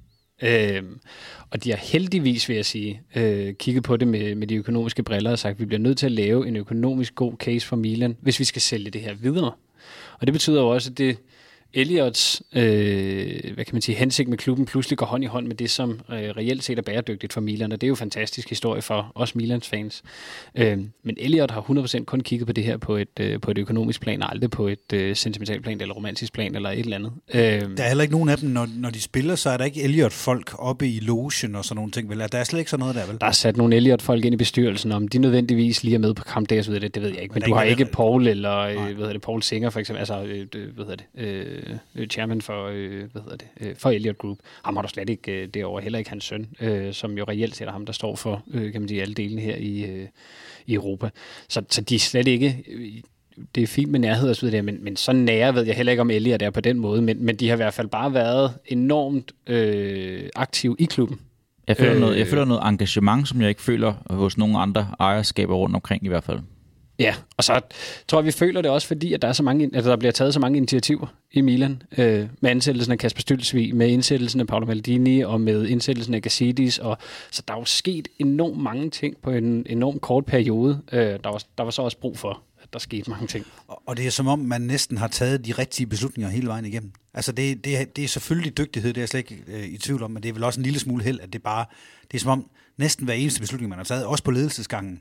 Øh, og de har heldigvis, vil jeg sige, øh, kigget på det med, med de økonomiske briller og sagt, at vi bliver nødt til at lave en økonomisk god case for Milan, hvis vi skal sælge det her videre. Og det betyder jo også, at det Elliots, øh, hvad kan man sige, hensigt med klubben pludselig går hånd i hånd med det, som øh, reelt set er bæredygtigt for Milan, og det er jo en fantastisk historie for os Milans fans. Øh, men Elliot har hundrede procent kun kigget på det her på et, øh, på et økonomisk plan, og aldrig på et øh, sentimentalt plan, eller romantisk plan, eller et eller andet. Øh, der er heller ikke nogen af dem, når, når de spiller, så er der ikke Elliot-folk oppe i logen og sådan nogle ting, vel? Der er slet ikke sådan noget der, vel? Der er sat nogle Elliot-folk ind i bestyrelsen, om de nødvendigvis lige er med på kamp der, så ved det, det ved jeg ikke, men, men du har ikke Paul eller, øh, hvad hedder det, Paul Singer for eksempel, altså, øh, hvad hedder det, øh, chairman for, øh, hvad hedder det, øh, for Elliot Group. Ham har du slet ikke øh, derovre, heller ikke hans søn, øh, som jo reelt set er ham, der står for, øh, kan man sige, alle delene her i, øh, i Europa. Så, så de er slet ikke, øh, det er fint med nærhed og så videre, men, men så nære ved jeg heller ikke, om Elliot er på den måde, men, men de har i hvert fald bare været enormt øh, aktive i klubben. Jeg føler, øh, noget, jeg føler noget engagement, som jeg ikke føler hos nogle andre ejerskaber rundt omkring i hvert fald. Ja, og så tror jeg, vi føler det også, fordi at der, er så mange, at der bliver taget så mange initiativer i Milan, øh, med ansættelsen af Kasper Stylsvig, med indsættelsen af Paolo Maldini og med indsættelsen af Gazidis, og så der er jo sket enormt mange ting på en enorm kort periode. Øh, der, var, der var så også brug for, at der skete mange ting. Og det er som om, man næsten har taget de rigtige beslutninger hele vejen igennem. Altså det, det, det er selvfølgelig dygtighed, det er jeg slet ikke øh, i tvivl om, men det er vel også en lille smule held, at det bare, det er som om næsten hver eneste beslutning, man har taget, også på ledelsesgangen,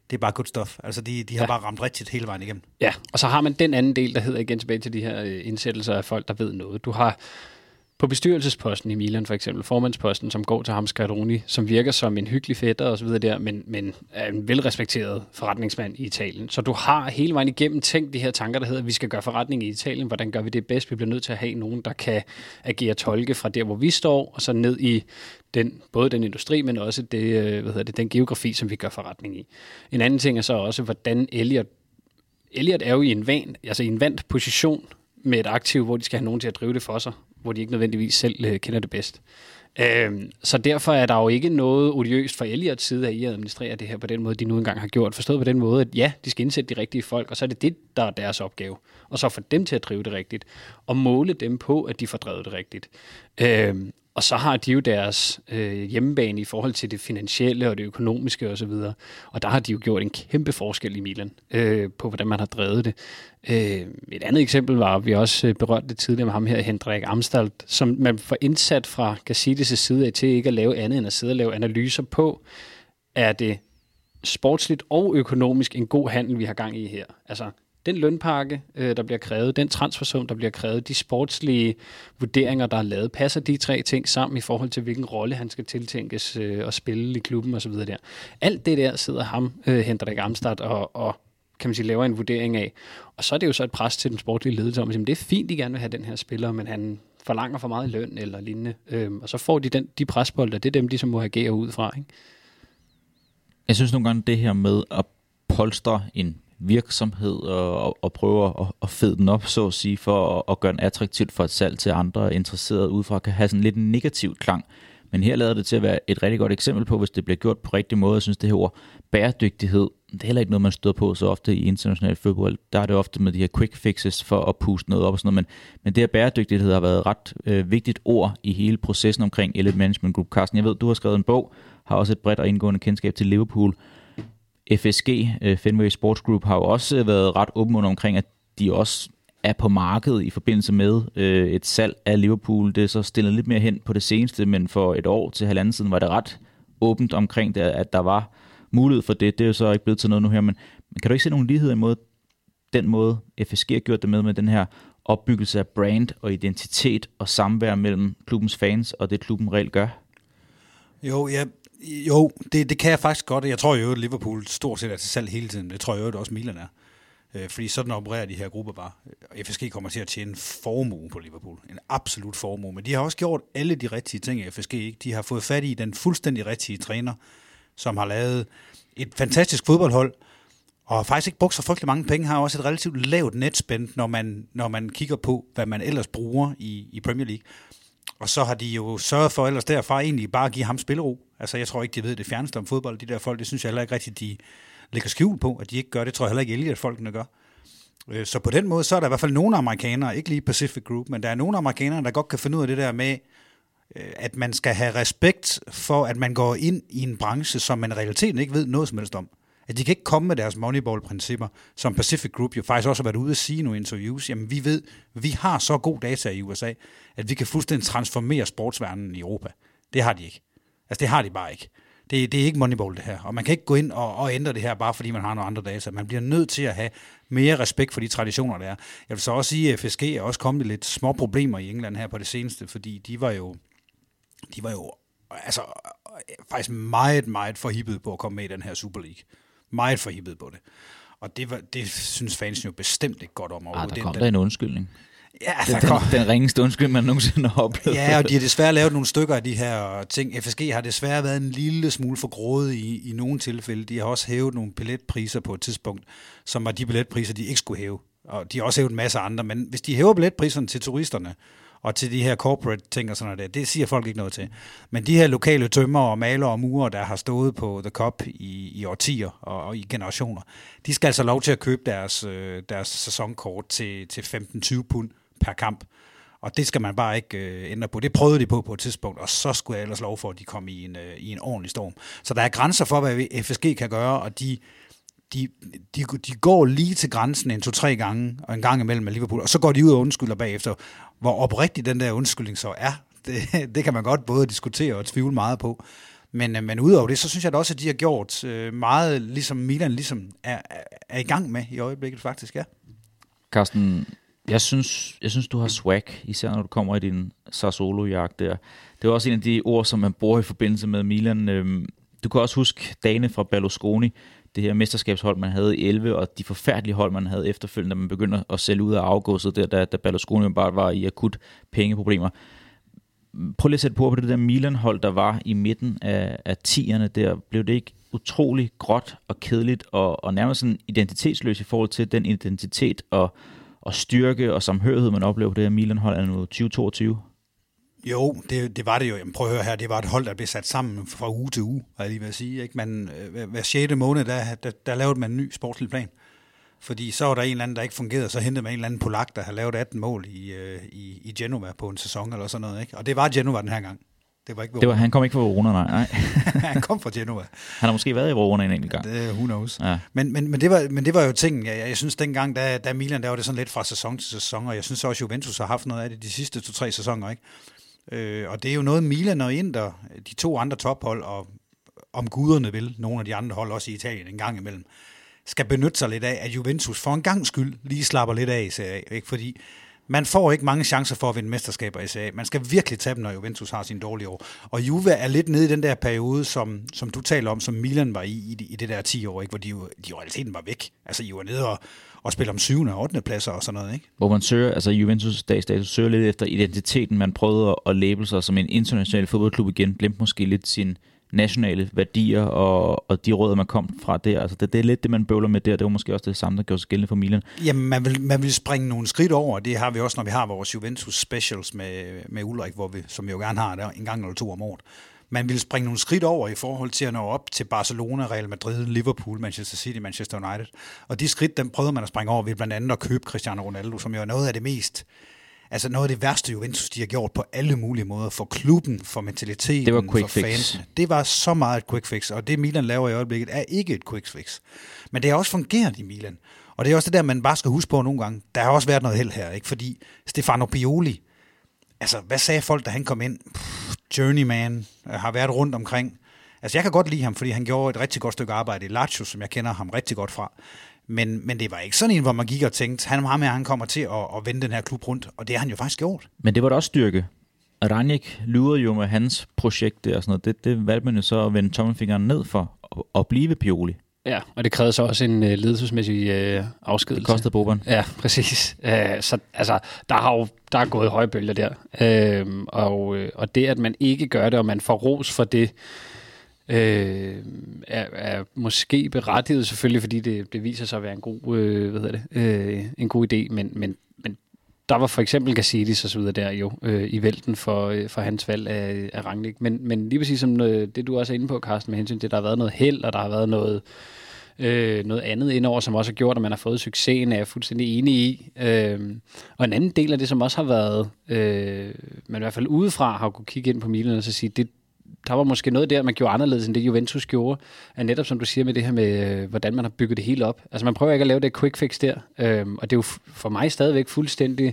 det er bare good stuff. Altså, de, de har ja. bare ramt rigtigt hele vejen igennem. Ja, og så har man den anden del, der hedder igen tilbage til de her øh, indsættelser af folk, der ved noget. Du har på bestyrelsesposten i Milan for eksempel, formandsposten, som går til ham Scaroni, som virker som en hyggelig fætter og så videre der, men, men er en velrespekteret forretningsmand i Italien. Så du har hele vejen igennem tænkt de her tanker, der hedder, at vi skal gøre forretning i Italien. Hvordan gør vi det bedst? Vi bliver nødt til at have nogen, der kan agere tolke fra der, hvor vi står, og så ned i den, både den industri, men også det, hvad hedder det, den geografi, som vi gør forretning i. En anden ting er så også, hvordan Elliot, Elliot er jo i en, van, altså i en vandt position med et aktiv, hvor de skal have nogen til at drive det for sig, hvor de ikke nødvendigvis selv øh, kender det bedst. Øhm, så derfor er der jo ikke noget odiøst fra Elliots side af, at I administrerer det her på den måde, de nu engang har gjort. Forstået på den måde, at ja, de skal indsætte de rigtige folk, og så er det det, der er deres opgave. Og så få dem til at drive det rigtigt, og måle dem på, at de får drevet det rigtigt. Øhm, og så har de jo deres øh, hjemmebane i forhold til det finansielle og det økonomiske osv. Og, og der har de jo gjort en kæmpe forskel i Milan øh, på, hvordan man har drevet det. Øh, et andet eksempel var, at vi også berørte det tidligere med ham her, Hendrik Amstald, som man får indsat fra Gazidis' side af til ikke at lave andet end at sidde og lave analyser på, er det sportsligt og økonomisk en god handel, vi har gang i her. Altså den lønpakke, øh, der bliver krævet, den transfersum, der bliver krævet, de sportslige vurderinger, der er lavet, passer de tre ting sammen i forhold til, hvilken rolle han skal tiltænkes øh, at spille i klubben osv. der. Alt det der sidder ham, øh, Hendrik Amstad, og, og kan man sige, laver en vurdering af. Og så er det jo så et pres til den sportlige ledelse om, at det er fint, de gerne vil have den her spiller, men han forlanger for meget løn eller lignende. Øhm, og så får de den, de presbolder, det er dem, de som må agere ud fra. Ikke? Jeg synes nogle gange, det her med at polstre en virksomhed og, og prøve at, at fede den op, så at sige, for at, at gøre den attraktivt for et salg til andre interesserede udefra, kan have sådan lidt en negativ klang. Men her lader det til at være et rigtig godt eksempel på, hvis det bliver gjort på rigtig måde. Jeg synes, det her ord bæredygtighed, det er heller ikke noget, man støder på så ofte i international fodbold. Der er det ofte med de her quick fixes for at puste noget op og sådan noget. Men, men det her bæredygtighed har været et ret øh, vigtigt ord i hele processen omkring Elliott Management Group. Carsten, jeg ved, du har skrevet en bog, har også et bredt og indgående kendskab til Liverpool. F S G, øh, Fenway Sports Group, har jo også været ret åben omkring, at de også er på markedet i forbindelse med øh, et salg af Liverpool. Det er så stillet lidt mere hen på det seneste, men for et år til halvanden siden var det ret åbent omkring det, at der var mulighed for det. Det er jo så ikke blevet til noget nu her, men, men kan du ikke se nogen lighed imod den måde, F S G har gjort det med, med den her opbyggelse af brand og identitet og samvær mellem klubbens fans og det, klubben reelt gør? Jo, ja, jo det, det kan jeg faktisk godt. Jeg tror jo, at Liverpool stort set er til salg hele tiden. Det tror jeg jo, at også Milan er. Fordi sådan opererer de her grupper bare. F S G kommer til at tjene en formue på Liverpool. En absolut formue. Men de har også gjort alle de rigtige ting i F S G. Ikke? De har fået fat i den fuldstændig rigtige træner, som har lavet et fantastisk fodboldhold, og har faktisk ikke brugt så frygtelig mange penge. Har også et relativt lavt netspend, når man, når man kigger på, hvad man ellers bruger i, i Premier League. Og så har de jo sørget for ellers derfra egentlig bare at give ham spillero. Altså jeg tror ikke, de ved det fjerneste om fodbold. De der folk, det synes jeg heller ikke rigtigt, de lægger skjul på, at de ikke gør det. Tror jeg heller ikke, Elliot, at folkene gør. Så på den måde, så er der i hvert fald nogle amerikanere, ikke lige Pacific Group, men der er nogle amerikanere, der godt kan finde ud af det der med, at man skal have respekt for, at man går ind i en branche, som man i realiteten ikke ved noget som helst om. At de kan ikke komme med deres Moneyball-principper, som Pacific Group jo faktisk også har været ude at sige i nogle interviews. Jamen vi ved, vi har så god data i U S A, at vi kan fuldstændig transformere sportsverdenen i Europa. Det har de ikke. Altså det har de bare ikke. Det, det er ikke Moneyball det her, og man kan ikke gå ind og, og ændre det her, bare fordi man har nogle andre data. Man bliver nødt til at have mere respekt for de traditioner, der er. Jeg vil så også sige, at F S G er også kommet lidt små problemer i England her på det seneste, fordi de var jo, de var jo altså, faktisk meget, meget forhippet på at komme med i den her Super League. Meget forhippet på det. Og det, var, det synes fans jo bestemt ikke godt om. Ah, der kom der en undskyldning. Ja, den, den, den ringeste undskyld, man nogensinde har oplevet. Ja, og de har desværre lavet nogle stykker af de her ting. F S G har desværre været en lille smule for grådig i, i nogle tilfælde. De har også hævet nogle billetpriser på et tidspunkt, som var de billetpriser, de ikke skulle hæve. Og de har også hævet en masse andre, men hvis de hæver billetpriserne til turisterne, og til de her corporate ting og sådan noget, det siger folk ikke noget til. Men de her lokale tømmer og malere og murer, der har stået på The Cup i, i årtier og, og i generationer, de skal altså lov til at købe deres, deres sæsonkort til, til femten til tyve pund per kamp. Og det skal man bare ikke øh, ændre på. Det prøvede de på på et tidspunkt, og så skulle jeg ellers lov for, at de kom i en, øh, i en ordentlig storm. Så der er grænser for, hvad F S G kan gøre, og de, de, de, de går lige til grænsen en to-tre gange, og en gang imellem med Liverpool, og så går de ud og undskylder bagefter. Hvor oprigtig den der undskyldning så er, det, det kan man godt både diskutere og tvivle meget på. Men, men udover det, så synes jeg da også, at de har gjort øh, meget, ligesom Milan ligesom er, er, er i gang med i øjeblikket faktisk, ja. Carsten, jeg synes, jeg synes, du har swag, især når du kommer i din Sassuolo-jagt der. Det er også en af de ord, som man bruger i forbindelse med Milan. Øhm, du kan også huske dagene fra Berlusconi, det her mesterskabshold, man havde i elleve, og de forfærdelige hold, man havde efterfølgende, da man begyndte at sælge ud af afgåset der, da, da Berlusconi bare var i akut pengeproblemer. Prøv lige at sætte på på det der Milan-hold, der var i midten af, af tierne der. Blev det ikke utrolig gråt og kedeligt og, og nærmest sådan identitetsløs i forhold til den identitet og, og styrke og samhørighed, man oplever på det her Milan-hold af nu tyve toogtyve? Jo, det, det var det jo. Jamen, prøv at høre her, det var et hold, der blev sat sammen fra uge til uge, var jeg lige ved at sige. Ikke? Man, hver, hver sjette måned, der, der, der lavede man en ny sportslig plan. Fordi så var der en eller anden, der ikke fungerede, så hentede man en eller anden polak, der havde lavet atten mål i, i, i Genova på en sæson eller sådan noget. Ikke? Og det var Genova den her gang. Det var ikke det var, han kom ikke fra Verona, nej. nej. Han kom fra Genova. Han har måske været i Verona en enkelt gang. Ja, det, who knows. Ja. Men, men, men, det var, men det var jo ting, jeg, jeg synes dengang, da, da Milan, der var det sådan lidt fra sæson til sæson, og jeg synes også, Juventus har haft noget af det de sidste to-tre sæsoner, ikke? Øh, og det er jo noget, Milan og Inter, de to andre tophold, og om guderne vil, nogle af de andre hold, også i Italien en gang imellem, skal benytte sig lidt af, at Juventus for en gang skyld lige slapper lidt af i Serie A, ikke? Fordi man får ikke mange chancer for at vinde mesterskaber i Serie A. Man skal virkelig tage dem, når Juventus har sine dårlige år. Og Juve er lidt nede i den der periode, som, som du taler om, som Milan var i, i, i det der ti år, ikke? Hvor de jo, de jo realiteten var væk. Altså, I var nede og, og spille om syvende og ottende pladser og sådan noget, ikke? Hvor man søger, altså Juventus dags dato søger lidt efter identiteten. Man prøvede at label sig som en international fodboldklub igen, glemte måske lidt sin nationale værdier og, og de råd, man kom fra der. Altså det, det er lidt det, man bøvler med der. Det var måske også det samme, der gjorde sig gældende for Milan. Jamen, man vil, man vil springe nogle skridt over. Det har vi også, når vi har vores Juventus Specials med, med Ulrik, hvor vi, som vi jo gerne har der en gang eller to om året. Man vil springe nogle skridt over i forhold til at nå op til Barcelona, Real Madrid, Liverpool, Manchester City, Manchester United. Og de skridt, dem prøvede man at springe over ved blandt andet at købe Cristiano Ronaldo, som jo er noget af det mest... Altså noget af det værste Juventus, de har gjort på alle mulige måder. For klubben, for mentaliteten, det var quick for fansene. Det var så meget et quick fix, og det Milan laver i øjeblikket er ikke et quick fix. Men det har også fungeret i Milan. Og det er også det der, man bare skal huske på nogle gange. Der har også været noget held her, ikke? Fordi Stefano Pioli, altså hvad sagde folk, da han kom ind? Pff, journeyman, har været rundt omkring. Altså jeg kan godt lide ham, fordi han gjorde et rigtig godt stykke arbejde i Lazio, som jeg kender ham rigtig godt fra. Men, men det var ikke sådan en, hvor man gik og tænkte, han, ham her, han kommer til at, at vende den her klub rundt, og det har han jo faktisk gjort. Men det var da også styrke. Ranjik lurede jo med hans projekt der og sådan noget. Det, det valgte man jo så at vende tommelfingeren ned for at, at blive Pioli. Ja, og det krævede så også en uh, ledelsesmæssig uh, afskedelse. Det kostede Boban. Ja, præcis. Uh, så altså, der har jo der er gået høje bølger der. Uh, og, uh, og det, at man ikke gør det, og man får ros for det, Øh, er, er måske berettiget selvfølgelig, fordi det, det viser sig at være en god, øh, hvad hedder det, øh, en god idé, men, men, men der var for eksempel Gazidis og så videre der jo øh, i vælten for, øh, for hans valg af, af Rangnick. Men, men lige præcis som noget, det du også er inde på, Carsten, med hensyn til, at der har været noget held, og der har været noget, øh, noget andet indover, som også har gjort, at man har fået succesen, er jeg fuldstændig enig i. Øh, og en anden del af det, som også har været, øh, man i hvert fald udefra har kunne kigge ind på Milan og så sige, det der var måske noget der, man gjorde anderledes, end det Juventus gjorde, er netop, som du siger, med det her med, øh, hvordan man har bygget det hele op. Altså, man prøver ikke at lave det quick fix der, øhm, og det er jo for mig stadigvæk fuldstændig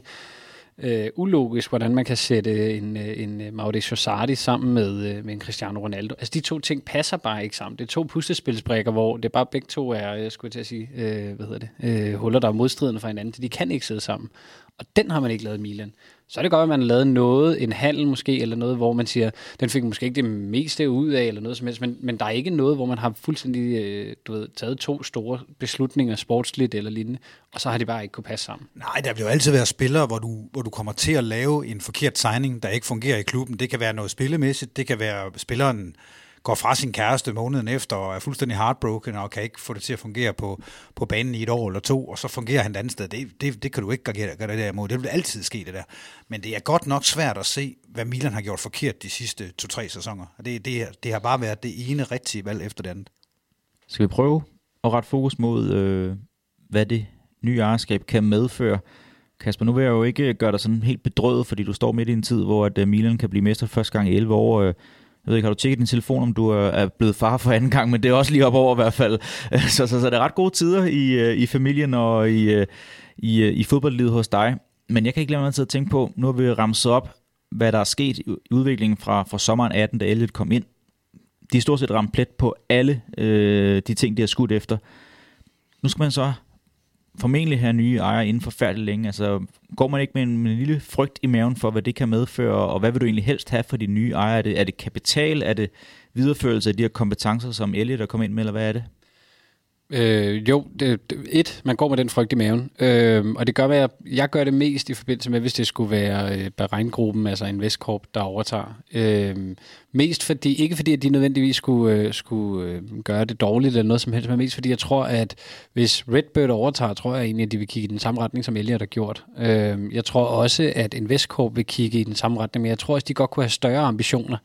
øh, ulogisk, hvordan man kan sætte en, en Mauricio Sarri sammen med, øh, med en Cristiano Ronaldo. Altså, de to ting passer bare ikke sammen. Det er to puslespilsbrikker, hvor det bare begge to er, jeg skulle til at sige, øh, hvad hedder det, øh, huller, der er modstridende for hinanden, så de kan ikke sidde sammen. Og den har man ikke lavet i Milan. Så er det godt, at man har lavet noget, en handel måske, eller noget, hvor man siger, den fik måske ikke det meste ud af, eller noget som helst, men, men der er ikke noget, hvor man har fuldstændig, øh, du ved, taget to store beslutninger, sportsligt eller lignende, og så har de bare ikke kunne passe sammen. Nej, der vil jo altid være spillere, hvor du, hvor du kommer til at lave en forkert signing, der ikke fungerer i klubben. Det kan være noget spillemæssigt, det kan være spilleren går fra sin kæreste måneden efter og er fuldstændig heartbroken og kan ikke få det til at fungere på, på banen i et år eller to, og så fungerer han et andet sted. Det, det, det kan du ikke gøre det der imod. Det vil altid ske, det der. Men det er godt nok svært at se, hvad Milan har gjort forkert de sidste to-tre sæsoner. Det, det, det har bare været det ene rigtige valg efter det andet. Skal vi prøve at rette fokus mod, øh, hvad det nye ejerskab kan medføre? Kasper, nu vil jeg jo ikke gøre dig sådan helt bedrøvet, fordi du står midt i en tid, hvor at Milan kan blive mester første gang i elleve år. Jeg ved ikke, har du tjekket din telefon, om du er blevet far for anden gang, men det er også lige op over i hvert fald. Så, så, så det er ret gode tider i, i familien og i, i, i fodboldlivet hos dig. Men jeg kan ikke lade mig til at tænke på, nu har vi ramset op, hvad der er sket i udviklingen fra, fra sommeren atten, da Elliot kom ind. de er stort set ramt plet på alle øh, de ting, de har skudt efter. Nu skal man så formentlig have nye ejere inden for forfærdeligt længe. Altså, går man ikke med en, med en lille frygt i maven for, hvad det kan medføre, og hvad vil du egentlig helst have for de nye ejere? Er det, er det kapital? Er det videreførelse af de her kompetencer, som Elliot er kommet ind med, eller hvad er det? Øh, jo, det, det, et, man går med den frygt i maven, øh, og det gør, hvad jeg, jeg gør det mest i forbindelse med, hvis det skulle være øh, Bahrain-gruppen, altså Investcorp, der overtager. Øh, mest fordi, ikke fordi, at de nødvendigvis skulle, øh, skulle øh, gøre det dårligt eller noget som helst, men mest fordi, jeg tror, at hvis Redbird overtager, tror jeg egentlig, at de vil kigge i den samme retning, som Elliot har gjort. Øh, jeg tror også, at Investcorp vil kigge i den samme retning, men jeg tror også, de godt kunne have større ambitioner.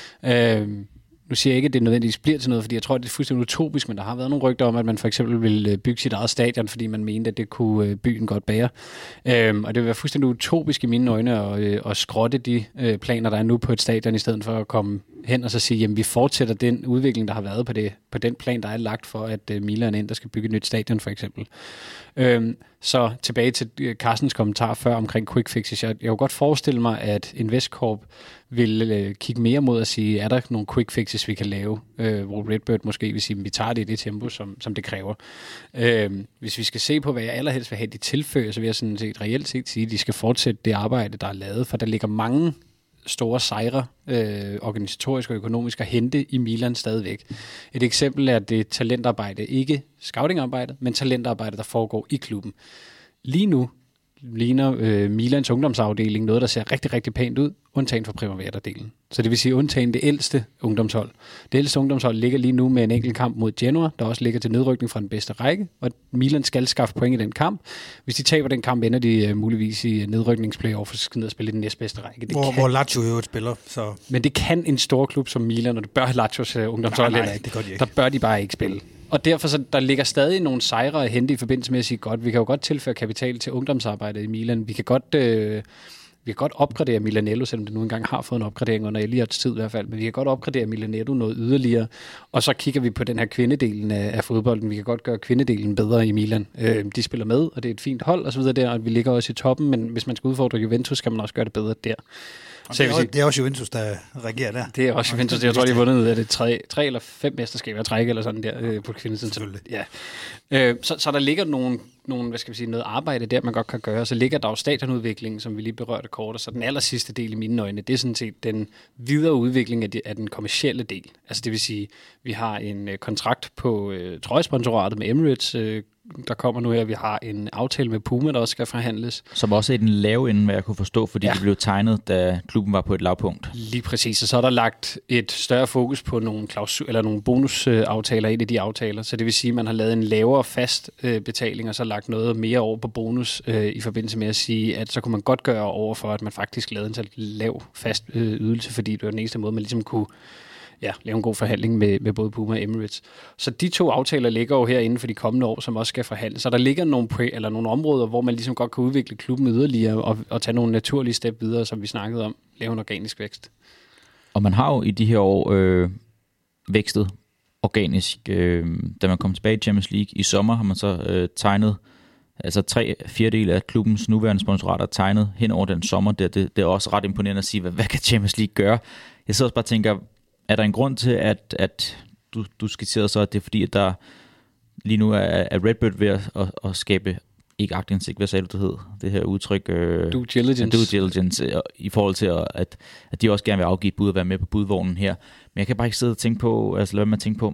Øh, Nu siger jeg ikke, at det nødvendigvis bliver til noget, fordi jeg tror, at det er fuldstændig utopisk, men der har været nogle rygter om, at man for eksempel vil bygge sit eget stadion, fordi man mente, at det kunne byen godt bære. Øhm, og det vil være fuldstændig utopisk i mine øjne at, at skrotte de øh, planer, der er nu på et stadion, i stedet for at komme hen og så sige, jamen vi fortsætter den udvikling, der har været på, det, på den plan, der er lagt for, at øh, Milan ind, der skal bygge et nyt stadion for eksempel. Øhm, så tilbage til Carstens kommentar før omkring quick fixes. Jeg, jeg kunne godt forestille mig, at Investcorp vil øh, kigge mere mod at sige, er der nogle quick fixes, vi kan lave, øh, hvor Redbird måske vil sige, at vi tager det i det tempo, som, som det kræver. Øh, hvis vi skal se på, hvad jeg allerhelst vil have, de tilføjer, så vil jeg sådan set reelt set sige, at de skal fortsætte det arbejde, der er lavet, for der ligger mange store sejre, øh, organisatorisk og økonomisk, at hente i Milan stadigvæk. Et eksempel er det talentarbejde, ikke scoutingarbejde, men talentarbejde, der foregår i klubben. Lige nu ligner øh, Milans ungdomsafdeling noget, der ser rigtig, rigtig pænt ud, undtagen for Primavera-delen. Så det vil sige undtagen det ældste ungdomshold. Det ældste ungdomshold ligger lige nu med en enkelt kamp mod Genoa, der også ligger til nedrykning fra den bedste række, og Milan skal skaffe point i den kamp. Hvis de taber den kamp, ender de uh, muligvis i nedrykningsplayoff, for så skal ned og spille i den næstbedste række. Det hvor, kan, hvor Lazio jo spiller. Så. Men det kan en stor klub som Milan, og det bør Lazios uh, ungdomshold nej, nej, det gør de ikke. Der bør de bare ikke spille. Og derfor så der ligger stadig nogle sejre at hente i forbindelse med at sige, godt, vi kan jo godt tilføre kapital til ungdomsarbejdet i Milan. Vi kan godt, øh, vi kan godt opgradere Milanello, selvom det nu engang har fået en opgradering under Elliots tid i hvert fald. Men vi kan godt opgradere Milanello noget yderligere. Og så kigger vi på den her kvindedelen af, af fodbolden. Vi kan godt gøre kvindedelen bedre i Milan. Øh, de spiller med, og det er et fint hold og så videre der, og vi ligger også i toppen. Men hvis man skal udfordre Juventus, skal man også gøre det bedre der. Det er, også, det er også Juventus, der reagerer der. Det er også Juventus. Jeg tror, de har vundet af det tre, tre eller fem mesterskaber træk eller sådan der øh, på kvindesiden. Selvfølgelig. Ja. Øh, så, så der ligger nogle, nogle, hvad skal vi sige, noget arbejde der, man godt kan gøre. Så ligger der jo stadionudviklingen, som vi lige berørte kort, og så den aller sidste del i mine øjne, det er sådan set den videre udvikling af, de, af den kommercielle del. Altså det vil sige, vi har en øh, kontrakt på øh, trøjesponsoratet med Emirates, øh, der kommer nu her. Vi har en aftale med Puma, der også skal forhandles. Som også er i den lave ende, hvad jeg kunne forstå, fordi ja. det blev tegnet, da klubben var på et lavpunkt. Lige præcis, og så er der lagt et større fokus på nogle, klausul, eller nogle bonusaftaler ind i de aftaler. Så det vil sige, at man har lavet en lavere fast øh, betaling, og så lagt noget mere over på bonus øh, i forbindelse med at sige, at så kunne man godt gøre over for, at man faktisk lavede en så lav fast øh, ydelse, fordi det var den eneste måde, man ligesom kunne ja, lave en god forhandling med, med både Puma og Emirates. Så de to aftaler ligger jo her inden for de kommende år, som også skal forhandles. Så der ligger nogle, pre- eller nogle områder, hvor man ligesom godt kan udvikle klubben yderligere og, og tage nogle naturlige step videre, som vi snakkede om, lave en organisk vækst. Og man har jo i de her år øh, vækstet organisk. Øh, da man kom tilbage i Champions League i sommer, har man så øh, tegnet, altså tre fjerdedele af klubbens nuværende sponsorater tegnet hen over den sommer. Det, det, det er også ret imponerende at sige, hvad, hvad kan Champions League gøre? Jeg sidder også bare og tænker, er der en grund til, at, at du, du skitserede så, at det er fordi, at der lige nu er, er Redbird ved at, at, at skabe, ikke aktindsigt, hvad sagde du, det hed, det her udtryk? Øh, due diligence. Due diligence, øh, i forhold til, at, at de også gerne vil afgive bud og være med på budvognen her. Men jeg kan bare ikke sidde og tænke på, altså lad være med at tænke på,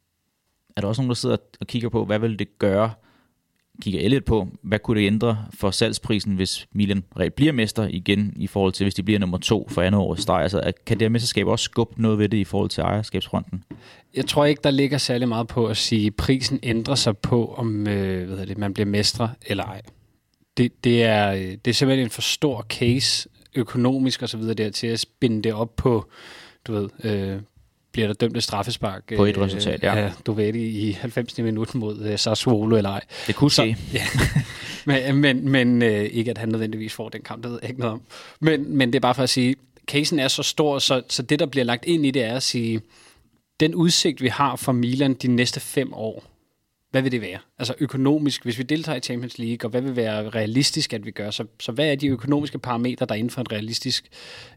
er der også nogen, der sidder og kigger på, hvad vil det gøre, kigger Elliot på, hvad kunne det ændre for salgsprisen, hvis Milan reelt bliver mester igen, i forhold til, hvis de bliver nummer to for andet års streg? Altså, kan det her mesterskab også skubbe noget ved det i forhold til ejerskabsfronten? Jeg tror ikke, der ligger særlig meget på at sige, at prisen ændrer sig på, om øh, hvad det, man bliver mestre eller ej. Det, det, er, det er simpelthen en for stor case, økonomisk og så videre der, til at spinde det op på, du ved, øh, bliver der dømt et straffespark på et resultat, ja. Ja, du ved det i halvfems minutter mod uh, Sassuolo eller ej. Det kunne se. Ja. men men, men uh, ikke at han nødvendigvis får den kamp, det ved jeg ikke noget om. Men, men det er bare for at sige, casen er så stor, så, så det der bliver lagt ind i det er at sige, den udsigt vi har for Milan de næste fem år, hvad vil det være? Altså økonomisk, hvis vi deltager i Champions League, og hvad vil være realistisk, at vi gør? Så, så hvad er de økonomiske parametre, der er inden for et realistisk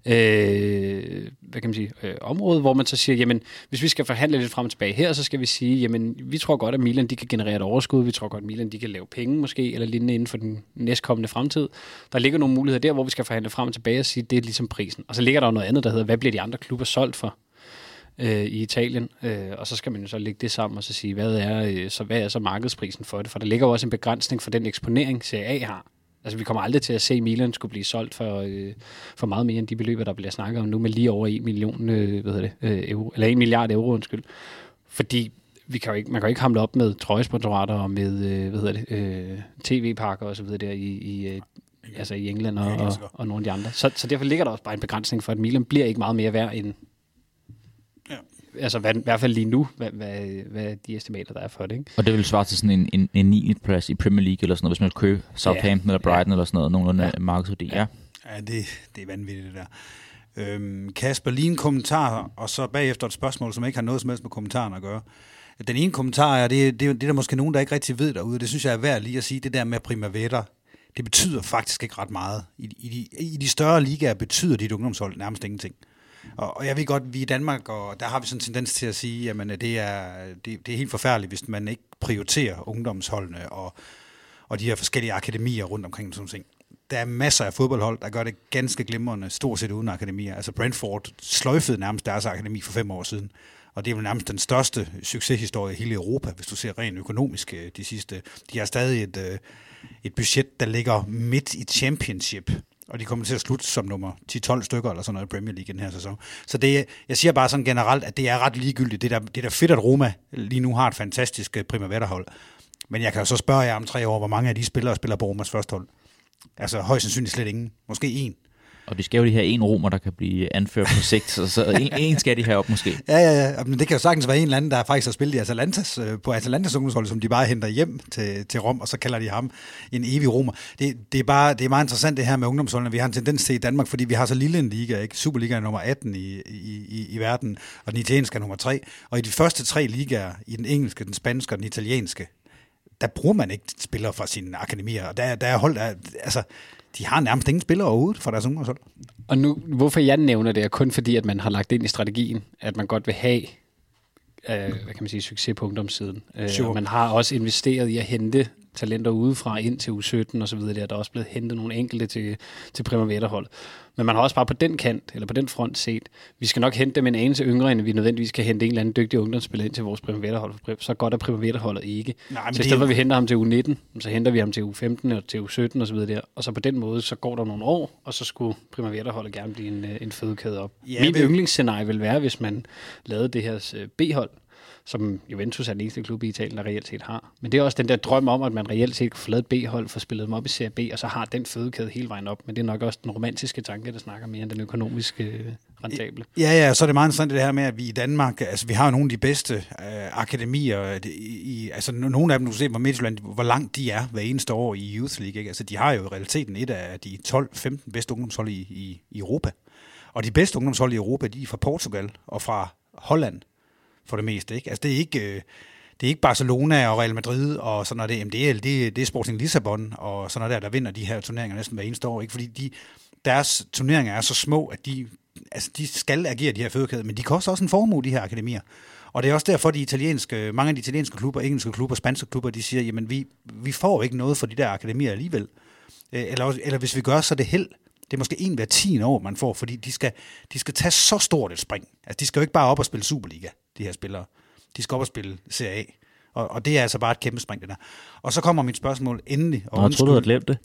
øh, hvad kan man sige, øh, område, hvor man så siger, jamen, hvis vi skal forhandle lidt frem og tilbage her, så skal vi sige, jamen, vi tror godt, at Milan de kan generere et overskud, vi tror godt, at Milan de kan lave penge måske, eller lignende inden for den næstkommende fremtid. Der ligger nogle muligheder der, hvor vi skal forhandle frem og tilbage og sige, det er ligesom prisen. Og så ligger der jo noget andet, der hedder, hvad bliver de andre klubber solgt for i Italien, øh, og så skal man jo så lægge det sammen og så sige, hvad er, øh, så, hvad er så markedsprisen for det? For der ligger jo også en begrænsning for den eksponering, Serie A har. Altså vi kommer aldrig til at se Milan skulle blive solgt for, øh, for meget mere end de beløb, der bliver snakket om nu, med lige over en million, øh, hvad hedder det, øh, euro, eller en milliard euro, undskyld. Fordi vi kan jo ikke, man kan jo ikke hamle op med trøjesponsorater og med, øh, hvad hedder det, øh, tv-pakker og så videre der i, i øh, altså i England og, og, og nogle af de andre. Så, så derfor ligger der også bare en begrænsning for, at Milan bliver ikke meget mere værd end altså hvad, i hvert fald lige nu, hvad, hvad, hvad de estimater, der er for det. Ikke? Og det vil svare til sådan en, en, en niende plads i Premier League, eller sådan noget, hvis man vil købe Southampton ja. eller Brighton, ja. eller sådan noget, nogenlunde ja. markedsværdi. Ja, ja det, det er vanvittigt, det der. Øhm, Kasper, lige en kommentar, og så bagefter et spørgsmål, som ikke har noget som helst med kommentaren at gøre. Den ene kommentar er, det, det, det er der måske nogen, der ikke rigtig ved derude, det synes jeg er værd lige at sige, det der med Primavera, det betyder faktisk ikke ret meget. I, i, de, i de større ligaer betyder dit ungdomshold nærmest ingenting. Og jeg ved godt, at vi i Danmark, og der har vi sådan en tendens til at sige, at det er, det, det er helt forfærdeligt, hvis man ikke prioriterer ungdomsholdene og, og de her forskellige akademier rundt omkring sådan ting. Der er masser af fodboldhold, der gør det ganske glimrende, stort set uden akademier. Altså Brentford sløjfede nærmest deres akademi for fem år siden, og det er vel nærmest den største succeshistorie i hele Europa, hvis du ser rent økonomisk de sidste. De har stadig et, et budget, der ligger midt i championship, og de kommer til at slutte som nummer ti tolv stykker eller sådan noget i Premier League den her sæson. Så det, jeg siger bare sådan generelt, at det er ret ligegyldigt. Det er da fedt, at Roma lige nu har et fantastisk Primavera-hold. Men jeg kan jo så spørge jer om tre år, hvor mange af de spillere spiller på Romas første hold. Altså højst sandsynligt slet ingen. Måske en. Og de skal jo de her en romer, der kan blive anført på sigt, så, så en, en skal de have op måske. Ja, ja, ja. Men det kan jo sagtens være en eller anden, der faktisk har spillet i Atalantas, på Atalantas ungdomshold, som de bare henter hjem til, til Rom, og så kalder de ham en evig romer. Det, det, er bare, det er meget interessant det her med ungdomsholdene. Vi har en tendens til i Danmark, fordi vi har så lille en liga, ikke? Superliga er nummer atten i, i, i, i verden, og den italienske er nummer tre. Og i de første tre ligaer, i den engelske, den spanske og den italienske, der bruger man ikke spillere fra sine akademier. Og der, der er hold, der, altså, de har nærmest ingen spillere overhovedet fra deres ungdomshold. Og nu, hvorfor jeg nævner det, er kun fordi, at man har lagt ind i strategien, at man godt vil have, øh, hvad kan man sige, succes på ungdomssiden. Sure. Øh, man har også investeret i at hente talenter udefra ind til U sytten og så videre. Der er også blevet hentet nogle enkelte til, til Primavera-hold. Men man har også bare på den kant, eller på den front set, vi skal nok hente dem en anelse yngre, end vi nødvendigvis kan hente en eller anden dygtig ungdomsspiller ind til vores Primavera-hold. Så godt er Primavera-holdet ikke. Nej, så i stedet for, at vi henter ham til U nitten, så henter vi ham til U femten og til U sytten og så videre der. Og så på den måde, så går der nogle år, og så skulle Primavera-holdet gerne blive en, en fødekæde op. Ja, Min yndlingsscenarie vil være, hvis man lavede det her B-hold, som Juventus er den eneste klub i Italien, der reelt set har. Men det er også den der drøm om, at man reelt set kan få lavet et B-hold, få spillet dem op i Serie B, og så har den fødekæde hele vejen op. Men det er nok også den romantiske tanke, der snakker mere end den økonomiske øh, rentable. Ja, ja, så er det meget interessant det her med, at vi i Danmark, altså vi har jo nogle af de bedste øh, akademier, i, i, altså nogle af dem, du ser på Midtjylland, hvor langt de er hver eneste år i Youth League, ikke? Altså de har jo i realiteten et af de tolv femten bedste ungdomshold i, i, i Europa. Og de bedste ungdomshold i Europa, de er fra Portugal og fra Holland. For det meste, ikke? Altså det er ikke, det er ikke Barcelona og Real Madrid og sådan noget. Det, det, er, det, det er Sporting Lissabon og sådan noget der, der vinder de her turneringer næsten hver eneste år, ikke? Fordi de, deres turneringer er så små, at de, altså de skal agere de her fødekæder, men de koster også en formue, de her akademier. Og det er også derfor, de italienske, mange af de italienske klubber, engelske klubber, spanske klubber, de siger, jamen vi, vi får ikke noget for de der akademier alligevel. Eller, eller hvis vi gør, så er det held. Det er måske en hver tiende år, man får, fordi de skal, de skal tage så stort et spring. Altså, de skal jo ikke bare op og spille Superliga, de her spillere. De skal op og spille Serie A. Og, og det er altså bare et kæmpe spring, det der. Og så kommer mit spørgsmål endelig. Og jeg troede, du havde glemt det.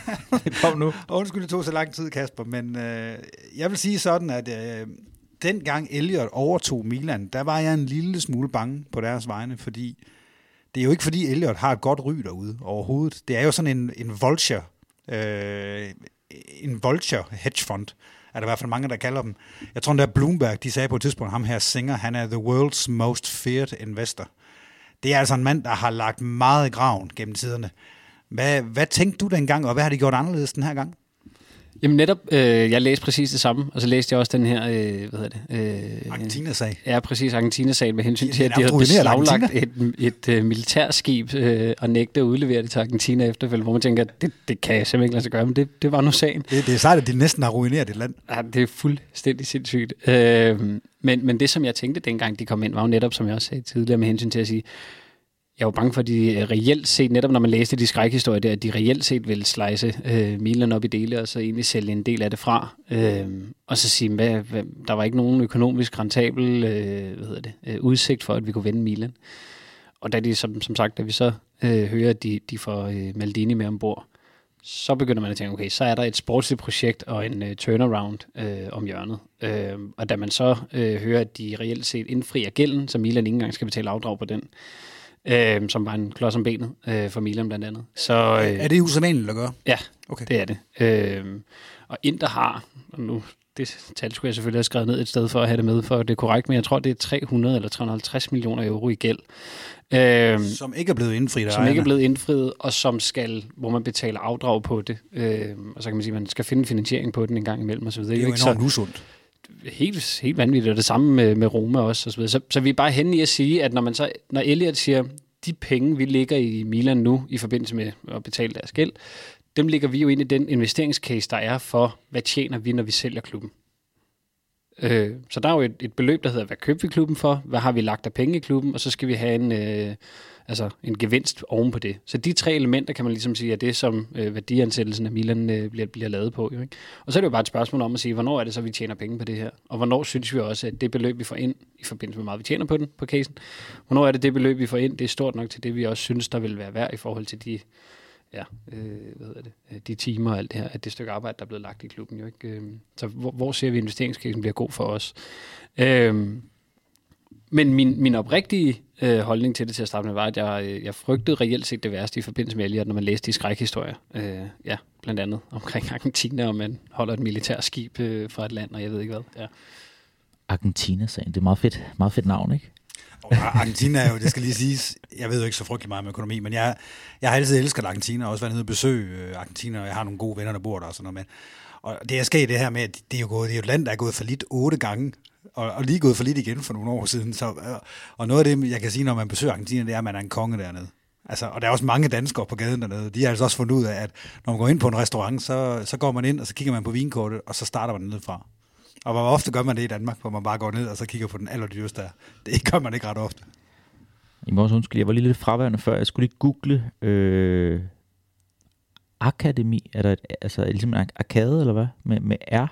Kom nu. Undskyld, det tog så lang tid, Kasper, men øh, jeg vil sige sådan, at øh, dengang Elliot overtog Milan, der var jeg en lille smule bange på deres vegne, fordi det er jo ikke fordi Elliot har et godt ry derude overhovedet. Det er jo sådan en, en vulture, øh, en vulture hedgefond, er der i hvert fald mange, der kalder dem. Jeg tror, der Bloomberg, de sagde på et tidspunkt, ham her Singer, han er the world's most feared investor. Det er altså en mand, der har lagt meget i graven gennem tiderne. Hvad, hvad tænkte du dengang, og hvad har de gjort anderledes den her gang? Jamen netop, øh, jeg læste præcis det samme, og så læste jeg også den her, øh, hvad hedder det? Øh, Argentina-sag. Ja, præcis, Argentina-sag med hensyn Ja, til, at de den er havde ruineret beslaglagt et, et, et militærskib øh, og nægte at udlevere det til Argentina efterfølgende, hvor man tænker, det, det kan jeg simpelthen ikke lade sig gøre, men det, det var nu sagen. Det, det er sejt, at de næsten har ruineret et land. Ja, det er fuldstændig sindssygt. Øh, men, men det, som jeg tænkte dengang de kom ind, var jo netop, som jeg også sagde tidligere, med hensyn til at sige, jeg var bange for, at de reelt set, netop når man læste de skrækhistorier der, at de reelt set ville slice øh, Milan op i dele, og så egentlig sælge en del af det fra. Øh, og så sige, hvad, hvad, der var ikke nogen økonomisk rentabel øh, hvad hedder det, øh, udsigt for, at vi kunne vinde Milan. Og da de, som, som sagt, da vi så øh, hører, at de, de får øh, Maldini med ombord, så begynder man at tænke, okay, så er der et sportsligt projekt og en øh, turnaround øh, om hjørnet. Øh, og da man så øh, hører, at de reelt set indfrier gælden, så Milan ikke engang skal betale afdrag på den, Øh, som var en klods om benet øh, for Milan blandt andet. Så, øh, er det usædvanligt at gøre? Ja, okay. Det er det. Øh, og Inter har, og nu det tal skulle jeg selvfølgelig have skrevet ned et sted for at have det med, for det er korrekt, men jeg tror, det er tre hundrede eller tre hundrede og halvtreds millioner euro i gæld. Øh, som ikke er blevet indfriet. Som ikke er blevet indfriet, og som skal, hvor man betaler afdrag på det. Øh, og så kan man sige, at man skal finde finansiering på den en gang imellem. Og så videre. Det er jo ikke enormt så, usundt. Helt, helt vanvittigt, og det samme med, med Roma også. Og så, videre. Så, så vi er bare henne i at sige, at når, man så, når Elliot siger, de penge, vi ligger i Milan nu, i forbindelse med at betale deres gæld, dem ligger vi jo ind i den investeringscase, der er for, hvad tjener vi, når vi sælger klubben. Øh, så der er jo et, et beløb, der hedder, hvad købte vi klubben for, hvad har vi lagt af penge i klubben, og så skal vi have en, øh, altså en gevinst oven på det. Så de tre elementer, kan man ligesom sige, er det, som øh, værdiansættelsen af Milan øh, bliver, bliver lavet på. Jo, ikke? Og så er det jo bare et spørgsmål om at sige, hvornår er det så, vi tjener penge på det her? Og hvornår synes vi også, at det beløb, vi får ind, i forbindelse med meget, vi tjener på den, på casen, hvornår er det det beløb, vi får ind, det er stort nok til det, vi også synes, der vil være værd i forhold til de, ja, øh, hvad hedder det, de timer og alt det her, at det stykke arbejde, der er blevet lagt i klubben. Jo, ikke? Så hvor, hvor ser vi, at investeringscasen bliver god for os? Øh, Men min, min oprigtige øh, holdning til det til at starte med var, at jeg, øh, jeg frygtede reelt set det værste i forbindelse med Elliot, når man læste de skrækhistorier. Øh, ja, blandt andet omkring Argentina, og man holder et militærskib øh, fra et land, og jeg ved ikke hvad. Ja. Argentina-sagen, det er meget fedt, meget fedt navn, ikke? Og Argentina er jo, det skal lige siges, jeg ved jo ikke så frygtelig meget om økonomi, men jeg, jeg har altid elsket Argentina, og også været nede og besøge Argentina, og jeg har nogle gode venner, der bor der og sådan noget. Men, og det er sket det her med, at det er jo, gået, det er jo et land, der er gået for lidt otte gange, og, og lige gået for lidt igen for nogle år siden. Så, og noget af det, jeg kan sige, når man besøger Argentina, det er, at man er en konge dernede. Altså, og der er også mange danskere på gaden dernede. De har altså også fundet ud af, at når man går ind på en restaurant, så, så går man ind, og så kigger man på vinkortet, og så starter man nedefra. Og hvor ofte gør man det i Danmark, hvor man bare går ned, og så kigger på den allerdyreste der. Det gør man ikke ret ofte. I må også undskylde, jeg var lige lidt fraværende før. Jeg skulle lige google øh, akademi. Er der et, altså ligesom en arkade, eller hvad? Med, med R?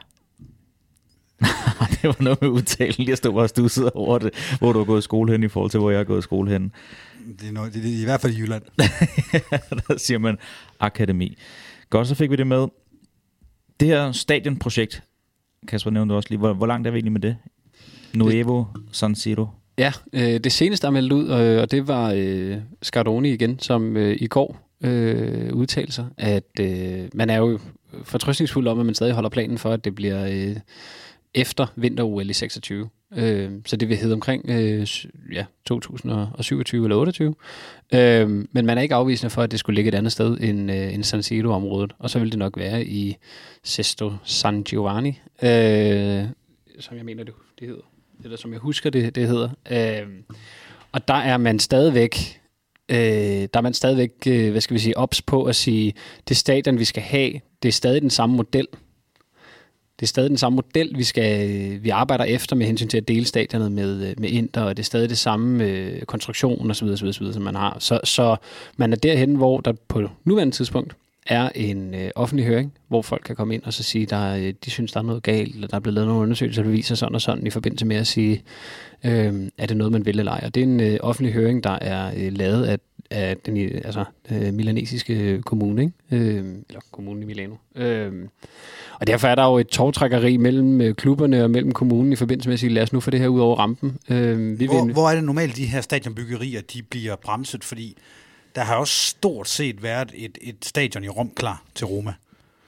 Det var noget med udtalen. Jeg stod bare og stussede over det, hvor du har gået i skole hen i forhold til, hvor jeg har gået i skole hen. Det er, noget, det er i hvert fald i Jylland. Der siger man akademi. Godt, så fik vi det med. Det her stadionprojekt, Kasper nævnte også lige, hvor, hvor langt er vi egentlig med det? Nuevo San Siro. Ja, øh, det seneste der meldt ud, øh, og det var øh, Scaroni igen, som øh, i går øh, udtalte sig, at øh, man er jo fortrøstningsfuld om, at man stadig holder planen for, at det bliver øh, efter vinter-O L i seksogtyve. Øh, så det vil hedde omkring øh, ja, to tusind og syvogtyve eller otteogtyve. Øh, men man er ikke afvisende for, at det skulle ligge et andet sted end, øh, end San Siro-området. Og så vil det nok være i Sesto San Giovanni, øh, som jeg mener, det, det hedder. Eller som jeg husker, det, det hedder. Øh, og der er man stadigvæk... Øh, der er man stadigvæk, øh, hvad skal vi sige, ops på at sige, det stadion, vi skal have, det er stadig den samme model. Det er stadig den samme model, vi skal vi arbejder efter med hensyn til at dele stadionet med, med Inter, og det er stadig det samme øh, konstruktion osv., osv., osv., som man har. Så, så man er derhen, hvor der på nuværende tidspunkt er en øh, offentlig høring, hvor folk kan komme ind og så sige, der øh, de synes, der er noget galt, eller der er blevet lavet nogle undersøgelser, der viser sådan og sådan, i forbindelse med at sige, øh, er det noget, man vil eller ej. Og det er en øh, offentlig høring, der er øh, lavet af, af den altså, øh, milanesiske kommune, ikke? Øh, eller kommunen i Milano. Øh, og derfor er der jo et tovtrækkeri mellem øh, klubberne og mellem kommunen i forbindelse med at sige, lad os nu få det her ud over rampen. Øh, vi hvor, vil... hvor er det normalt, de her stadionbyggerier, de bliver bremset, fordi der har også stort set været et, et stadion i Rom klar til Roma.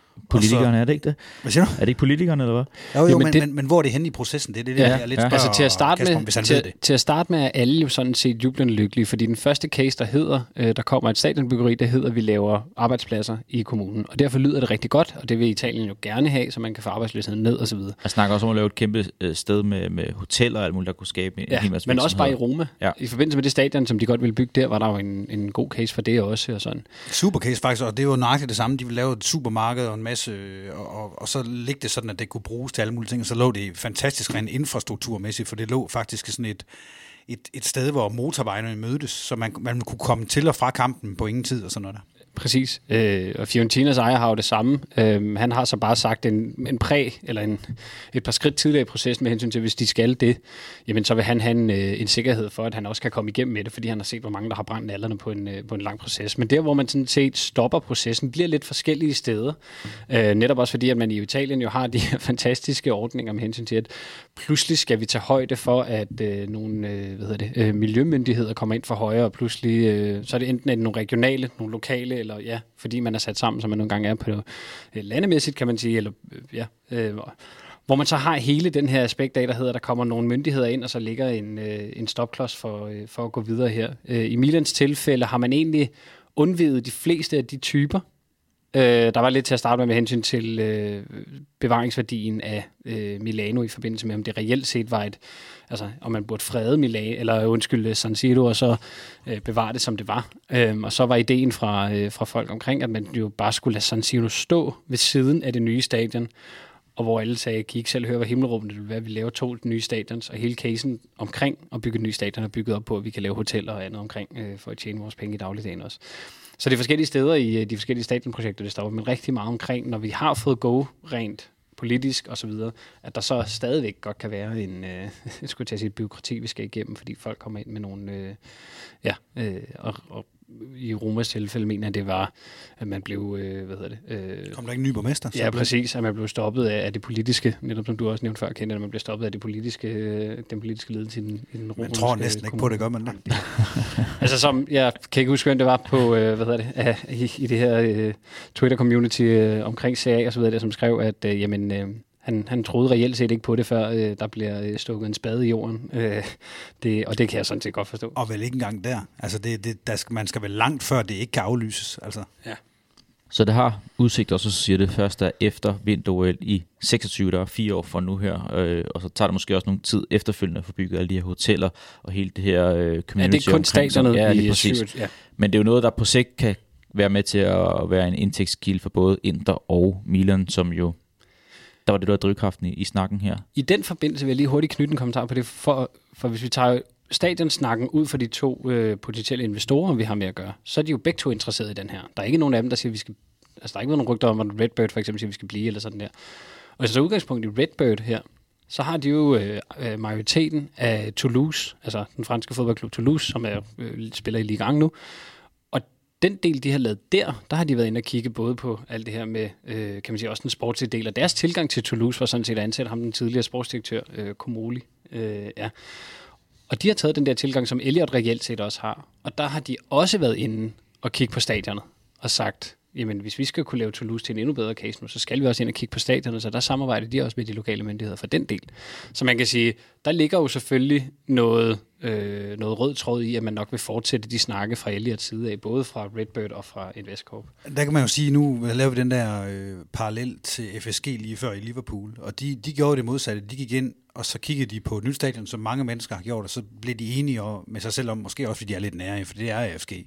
Politikerne, er det ikke det? Hvad siger du? Er det ikke politikerne, eller hvad? Jo, jo, Jamen, men, det, men, men hvor er det henne i processen? Det er det, ja, jeg er lidt ja. spørger altså til at starte Kasper, med, om, hvis han til, ved det. til at starte med er alle jo sådan set jublende lykkelige, fordi den første case, der hedder, øh, der kommer et stadionbyggeri, der hedder, at vi laver arbejdspladser i kommunen. Og derfor lyder det rigtig godt, og det vil Italien jo gerne have, så man kan få arbejdsløsheden ned og så videre. Jeg snakker også om at lave et kæmpe sted med, med hoteller og alt muligt, der kunne skabe en Ja, hel masse men også bare i Roma. Ja. I forbindelse med det stadion, som de godt ville bygge der, var der jo en, en god case for det også. Og sådan. Super case faktisk, og det var nøjagtigt det samme. De ville lave et supermarked og en masse, og, og, og så ligge det sådan, at det kunne bruges til alle mulige ting, og så lå det fantastisk rent infrastrukturmæssigt, for det lå faktisk sådan et, et, et sted, hvor motorvejene mødtes, så man, man kunne komme til og fra kampen på ingen tid og sådan noget der. Præcis, øh, og Fiorentinas ejer har jo det samme. Øh, han har så bare sagt en, en præg, eller en, et par skridt tidligere i processen med hensyn til, hvis de skal det, jamen så vil han have en, en sikkerhed for, at han også kan komme igennem med det, fordi han har set, hvor mange der har brændt nallerne på en, på en lang proces. Men der, hvor man sådan set stopper processen, bliver lidt forskellige steder. Øh, netop også fordi, at man i Italien jo har de her fantastiske ordninger med hensyn til, at pludselig skal vi tage højde for, at øh, nogle øh, hvad hedder det, øh, miljømyndigheder kommer ind for højre, og pludselig øh, så er det enten nogle regionale, nogle lokale, eller ja, fordi man er sat sammen, som man nogle gange er på øh, landemæssigt, kan man sige, eller øh, ja, øh, hvor man så har hele den her aspekt af, der hedder, der kommer nogle myndigheder ind, og så ligger en, øh, en stopklods for, øh, for at gå videre her. Øh, I Milans tilfælde har man egentlig undvidet de fleste af de typer. Øh, der var lidt til at starte med med hensyn til øh, bevaringsværdien af øh, Milano i forbindelse med, om det reelt set var et, altså om man burde frede Milano, eller undskyld San Siro, og så øh, bevare det, som det var. Øh, og så var ideen fra, øh, fra folk omkring, at man jo bare skulle lade San Siro stå ved siden af det nye stadion, og hvor alle sagde, kan I ikke selv høre, hvad himmelrummet det vil være, at vi laver to nye stadions, og hele casen omkring at bygge et nyt stadion er bygget op på, at vi kan lave hoteller og andet omkring, øh, for at tjene vores penge i dagligdagen også. Så det er forskellige steder i de forskellige stadionprojekter, det står, men rigtig meget omkring, når vi har fået go rent politisk og så videre, at der så stadigvæk godt kan være en, øh, jeg skulle til at sige, et byråkrati, vi skal igennem, fordi folk kommer ind med nogle, øh, ja, øh, og, og i Romas tilfælde mener jeg, det var, at man blev, øh, hvad hedder det? Øh, Kom der ikke en ny borgmester? Ja, præcis, at man blev stoppet af, af det politiske, netop som du også nævnte før, Kenneth, at man blev stoppet af det politiske, øh, den politiske ledelse i den, i den romerske. Man tror næsten ikke på det, gør man det. Altså som, jeg kan ikke huske, hvem det var på, øh, hvad hedder det, af, i, i det her øh, Twitter-community øh, omkring C A og så videre, der, som skrev, at øh, jamen, øh, han, han troede reelt set ikke på det, før øh, der bliver øh, stukket en spade i jorden. Øh, det, og det kan jeg sådan set godt forstå. Og vel ikke engang der. Altså, det, det, der skal, man skal vel langt før, det ikke kan aflyses. Altså. Ja. Så det har udsigt, og så siger det først, der efter vinter-O L i seksogtyve, der er fire år fra nu her, øh, og så tager det måske også nogle tid efterfølgende at få bygget alle de her hoteller, og hele det her øh, community. Ja, det er kun stadionet ja, i præcis. Ja. Men det er jo noget, der på sigt kan være med til at være en indtægtskilde for både Inter og Milan, som jo, der var det, der var drivkraften i, i snakken her. I den forbindelse vil jeg lige hurtigt knytte en kommentar på det, for, for hvis vi tager stadionsnakken ud for de to øh, potentielle investorer, vi har med at gøre, så er de jo begge to interesserede i den her. Der er ikke nogen af dem, der siger, at vi skal, altså der er ikke nogen rygter om, at Redbird for eksempel siger, at vi skal blive, eller sådan der. Og hvis der er udgangspunkt i Redbird her, så har de jo øh, majoriteten af Toulouse, altså den franske fodboldklub Toulouse, som er, øh, spiller i Ligue et nu, og den del, de har lavet der, der har de været inde og kigge både på alt det her med, øh, kan man sige, også den sportslige del, og deres tilgang til Toulouse var sådan set at ansætte ham, den tidligere sportsdirektør, øh, Komoli, øh, ja. Og de har taget den der tilgang, som Elliot reelt set også har. Og der har de også været inde og kigge på stadionet og sagt, jamen hvis vi skal kunne lave Toulouse til en endnu bedre case nu, så skal vi også ind og kigge på stadionet, så der samarbejder de også med de lokale myndigheder for den del. Så man kan sige, der ligger jo selvfølgelig noget, øh, noget rød tråd i, at man nok vil fortsætte de snakke fra Elliots side af, både fra Redbird og fra Investcorp. Der kan man jo sige, nu laver vi den der øh, parallel til F S G lige før i Liverpool, og de, de gjorde det modsatte. De gik ind, og så kiggede de på et nyt stadion, som mange mennesker har gjort, og så blev de enige med sig selv om, måske også fordi de er lidt nære, for det er F S G.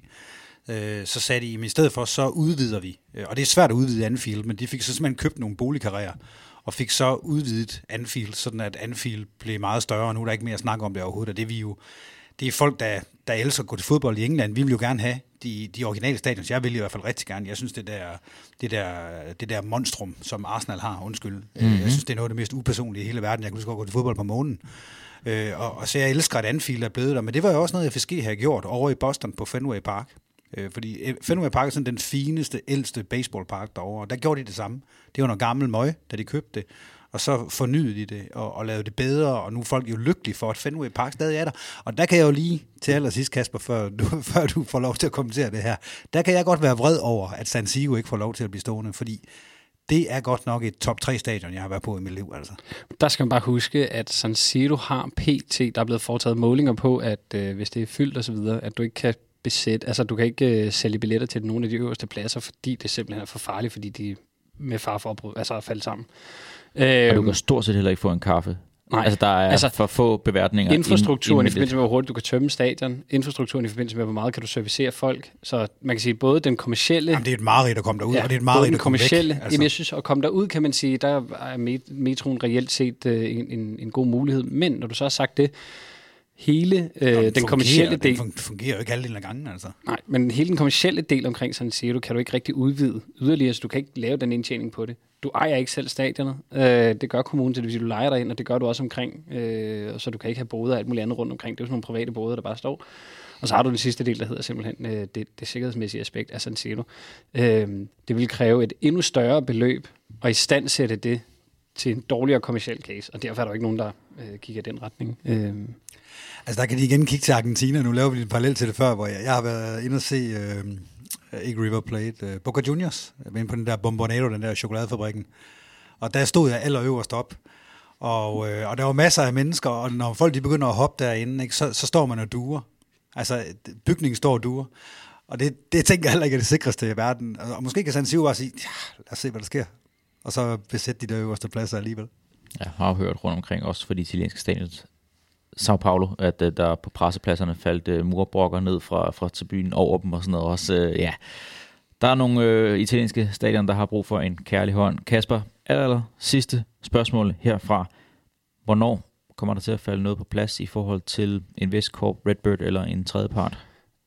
Så sagde de, at i stedet for, så udvider vi. Og det er svært at udvide Anfield, men de fik så simpelthen købt nogle boligkarrierer, og fik så udvidet Anfield, sådan at Anfield blev meget større, og nu er der ikke mere at snakke om det overhovedet. Og det er vi jo, det er folk, der, der elsker at gå til fodbold i England. Vi vil jo gerne have de, de originale stadions. Jeg vil i hvert fald rigtig gerne. Jeg synes, det der, det der, det der monstrum, som Arsenal har, undskyld. Mm-hmm. Jeg synes, det er noget af det mest upersonlige i hele verden. Jeg kunne lige så godt gå til fodbold på månen. Øh, og, og så jeg elsker, at Anfield er blevet der. Men det var jo også noget, F S G havde gjort over i Boston på Fenway Park. Øh, fordi Fenway Park er sådan den fineste, ældste baseballpark derovre. Og der gjorde de det samme. Det var noget gammel møg, da de købte det. Og så fornyede de det og, og lavede det bedre, og nu er folk jo lykkelige for, at Fenway Park stadig er der. Og der kan jeg jo lige til allersidst, Kasper, før du, før du får lov til at kommentere det her, der kan jeg godt være vred over, at San Siro ikke får lov til at blive stående, fordi det er godt nok et top tre stadion, jeg har været på i mit liv. Altså. Der skal man bare huske, at San Siro har P T, der er blevet foretaget målinger på, at øh, hvis det er fyldt og så videre, at du ikke kan besætte, altså du kan ikke øh, sælge billetter til nogle af de øverste pladser, fordi det simpelthen er for farligt, fordi de er med far for at, altså at falde sammen. Øh, og du kan stort set heller ikke få en kaffe. Nej, altså der er altså, for få beværtninger. Infrastrukturen i forbindelse med, hvor hurtigt du kan tømme stadion, infrastrukturen i forbindelse med, hvor meget kan du servicere folk. Så man kan sige, både den kommercielle... Jamen, det er et mareridt at komme derud, ja, og det er et mareridt at komme væk. Altså. Jamen, jeg synes, at komme derud, kan man sige, der er metroen reelt set øh, en, en, en god mulighed. Men når du så har sagt det, hele øh, Nå, den, den kommercielle del... Den fungerer jo ikke halvdelen af gangen, altså. Nej, men hele den kommercielle del omkring San Siro kan du ikke rigtig udvide yderligere, så du kan ikke lave den indtjening på det. Du ejer ikke selv stadionet. Øh, det gør kommunen, så det vil sige, du lejer dig ind, og det gør du også omkring. Øh, så du kan ikke have boder og alt muligt andet rundt omkring. Det er jo sådan nogle private boder, der bare står. Og så har du den sidste del, der hedder simpelthen øh, det, det sikkerhedsmæssige aspekt af San Siro. Øh, det vil kræve et endnu større beløb, og i stand sætte det til en dårligere kommerciel case. Og derfor er der jo ikke nogen, der øh, kigger i den retning. Øh. Altså der kan de igen kigge til Argentina. Nu laver vi en parallel til det før, hvor jeg, jeg har været inde og se... Øh ikke River Plate, uh, Boca Juniors, inde på den der Bombonero, den der chokoladefabrikken. Og der stod jeg allerøverst op. Og, øh, og der var masser af mennesker, og når folk de begynder at hoppe derinde, ikke, så, så står man og duer. Altså, bygningen står og duer. Og det, det tænker jeg heller ikke er det sikreste i verden. Og måske kan San Siro bare sige, ja, lad os se, hvad der sker. Og så besætte de der øverste pladser alligevel. Jeg har hørt rundt omkring, også for de italienske stadions, Sao Paulo, at uh, der på pressepladserne faldt uh, murbrokker ned fra, fra tribunen over dem og sådan noget også. Uh, ja. Der er nogle uh, italienske stadion, der har brug for en kærlig hånd. Kasper, aller sidste spørgsmål herfra. Hvornår kommer der til at falde noget på plads i forhold til Investcorp, Redbird eller en tredjepart?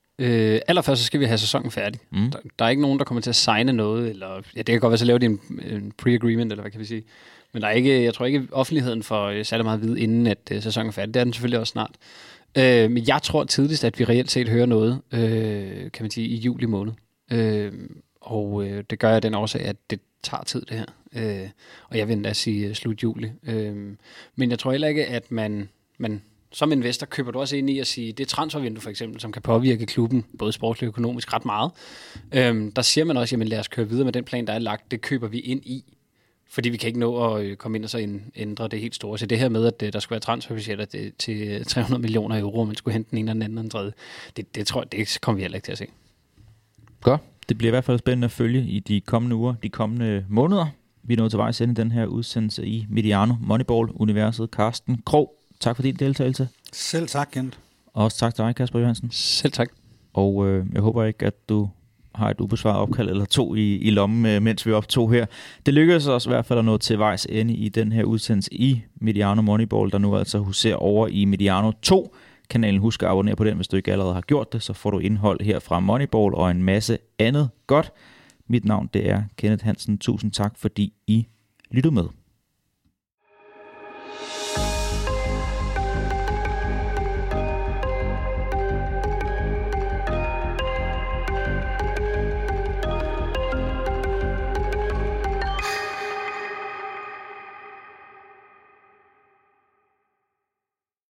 Øh, allerførst så skal vi have sæsonen færdig. Mm. Der, der er ikke nogen, der kommer til at signe noget, eller ja, det kan godt være, så laver de en, en pre-agreement, eller hvad kan vi sige. Men der er ikke, jeg tror ikke, offentligheden får særlig meget at vide, inden at uh, sæsonen er færdig. Det er den selvfølgelig også snart. Øh, men jeg tror tidligst, at vi reelt set hører noget, øh, kan man sige, i juli måned. Øh, og øh, det gør jeg af den årsag, at det tager tid, det her. Øh, og jeg vil endda sige uh, slut juli. Øh, men jeg tror heller ikke, at man... man som investor køber du også ind i at sige, det er transfervindue for eksempel, som kan påvirke klubben, både sportsligt og økonomisk, ret meget. Øhm, der siger man også, jamen lad os køre videre med den plan, der er lagt. Det køber vi ind i, fordi vi kan ikke nå at øh, komme ind og så ændre det helt store. Så det her med, at øh, der skulle være transferbudgetter til tre hundrede millioner euro, og man skulle hente den ene eller den anden eller den tredje, det, det tror jeg, det kommer vi heller ikke til at se. Godt. Det bliver i hvert fald spændende at følge i de kommende uger, de kommende måneder. Vi er nået til vejs ende den her udsendelse i Mediano Moneyball-universet. Carsten Krog, tak for din deltagelse. Selv tak, Kent. Og også tak til dig, Kasper Johansen. Selv tak. Og øh, jeg håber ikke, at du har et ubesvaret opkald eller to i, i lommen, mens vi optog her. Det lykkedes os i hvert fald at nå til vejs ende i den her udsendelse i Mediano Moneyball, der nu altså huserer over i Mediano to. Kanalen, husk at abonnere på den, hvis du ikke allerede har gjort det, så får du indhold her fra Moneyball og en masse andet godt. Mit navn det er Kenneth Hansen. Tusind tak, fordi I lyttede med.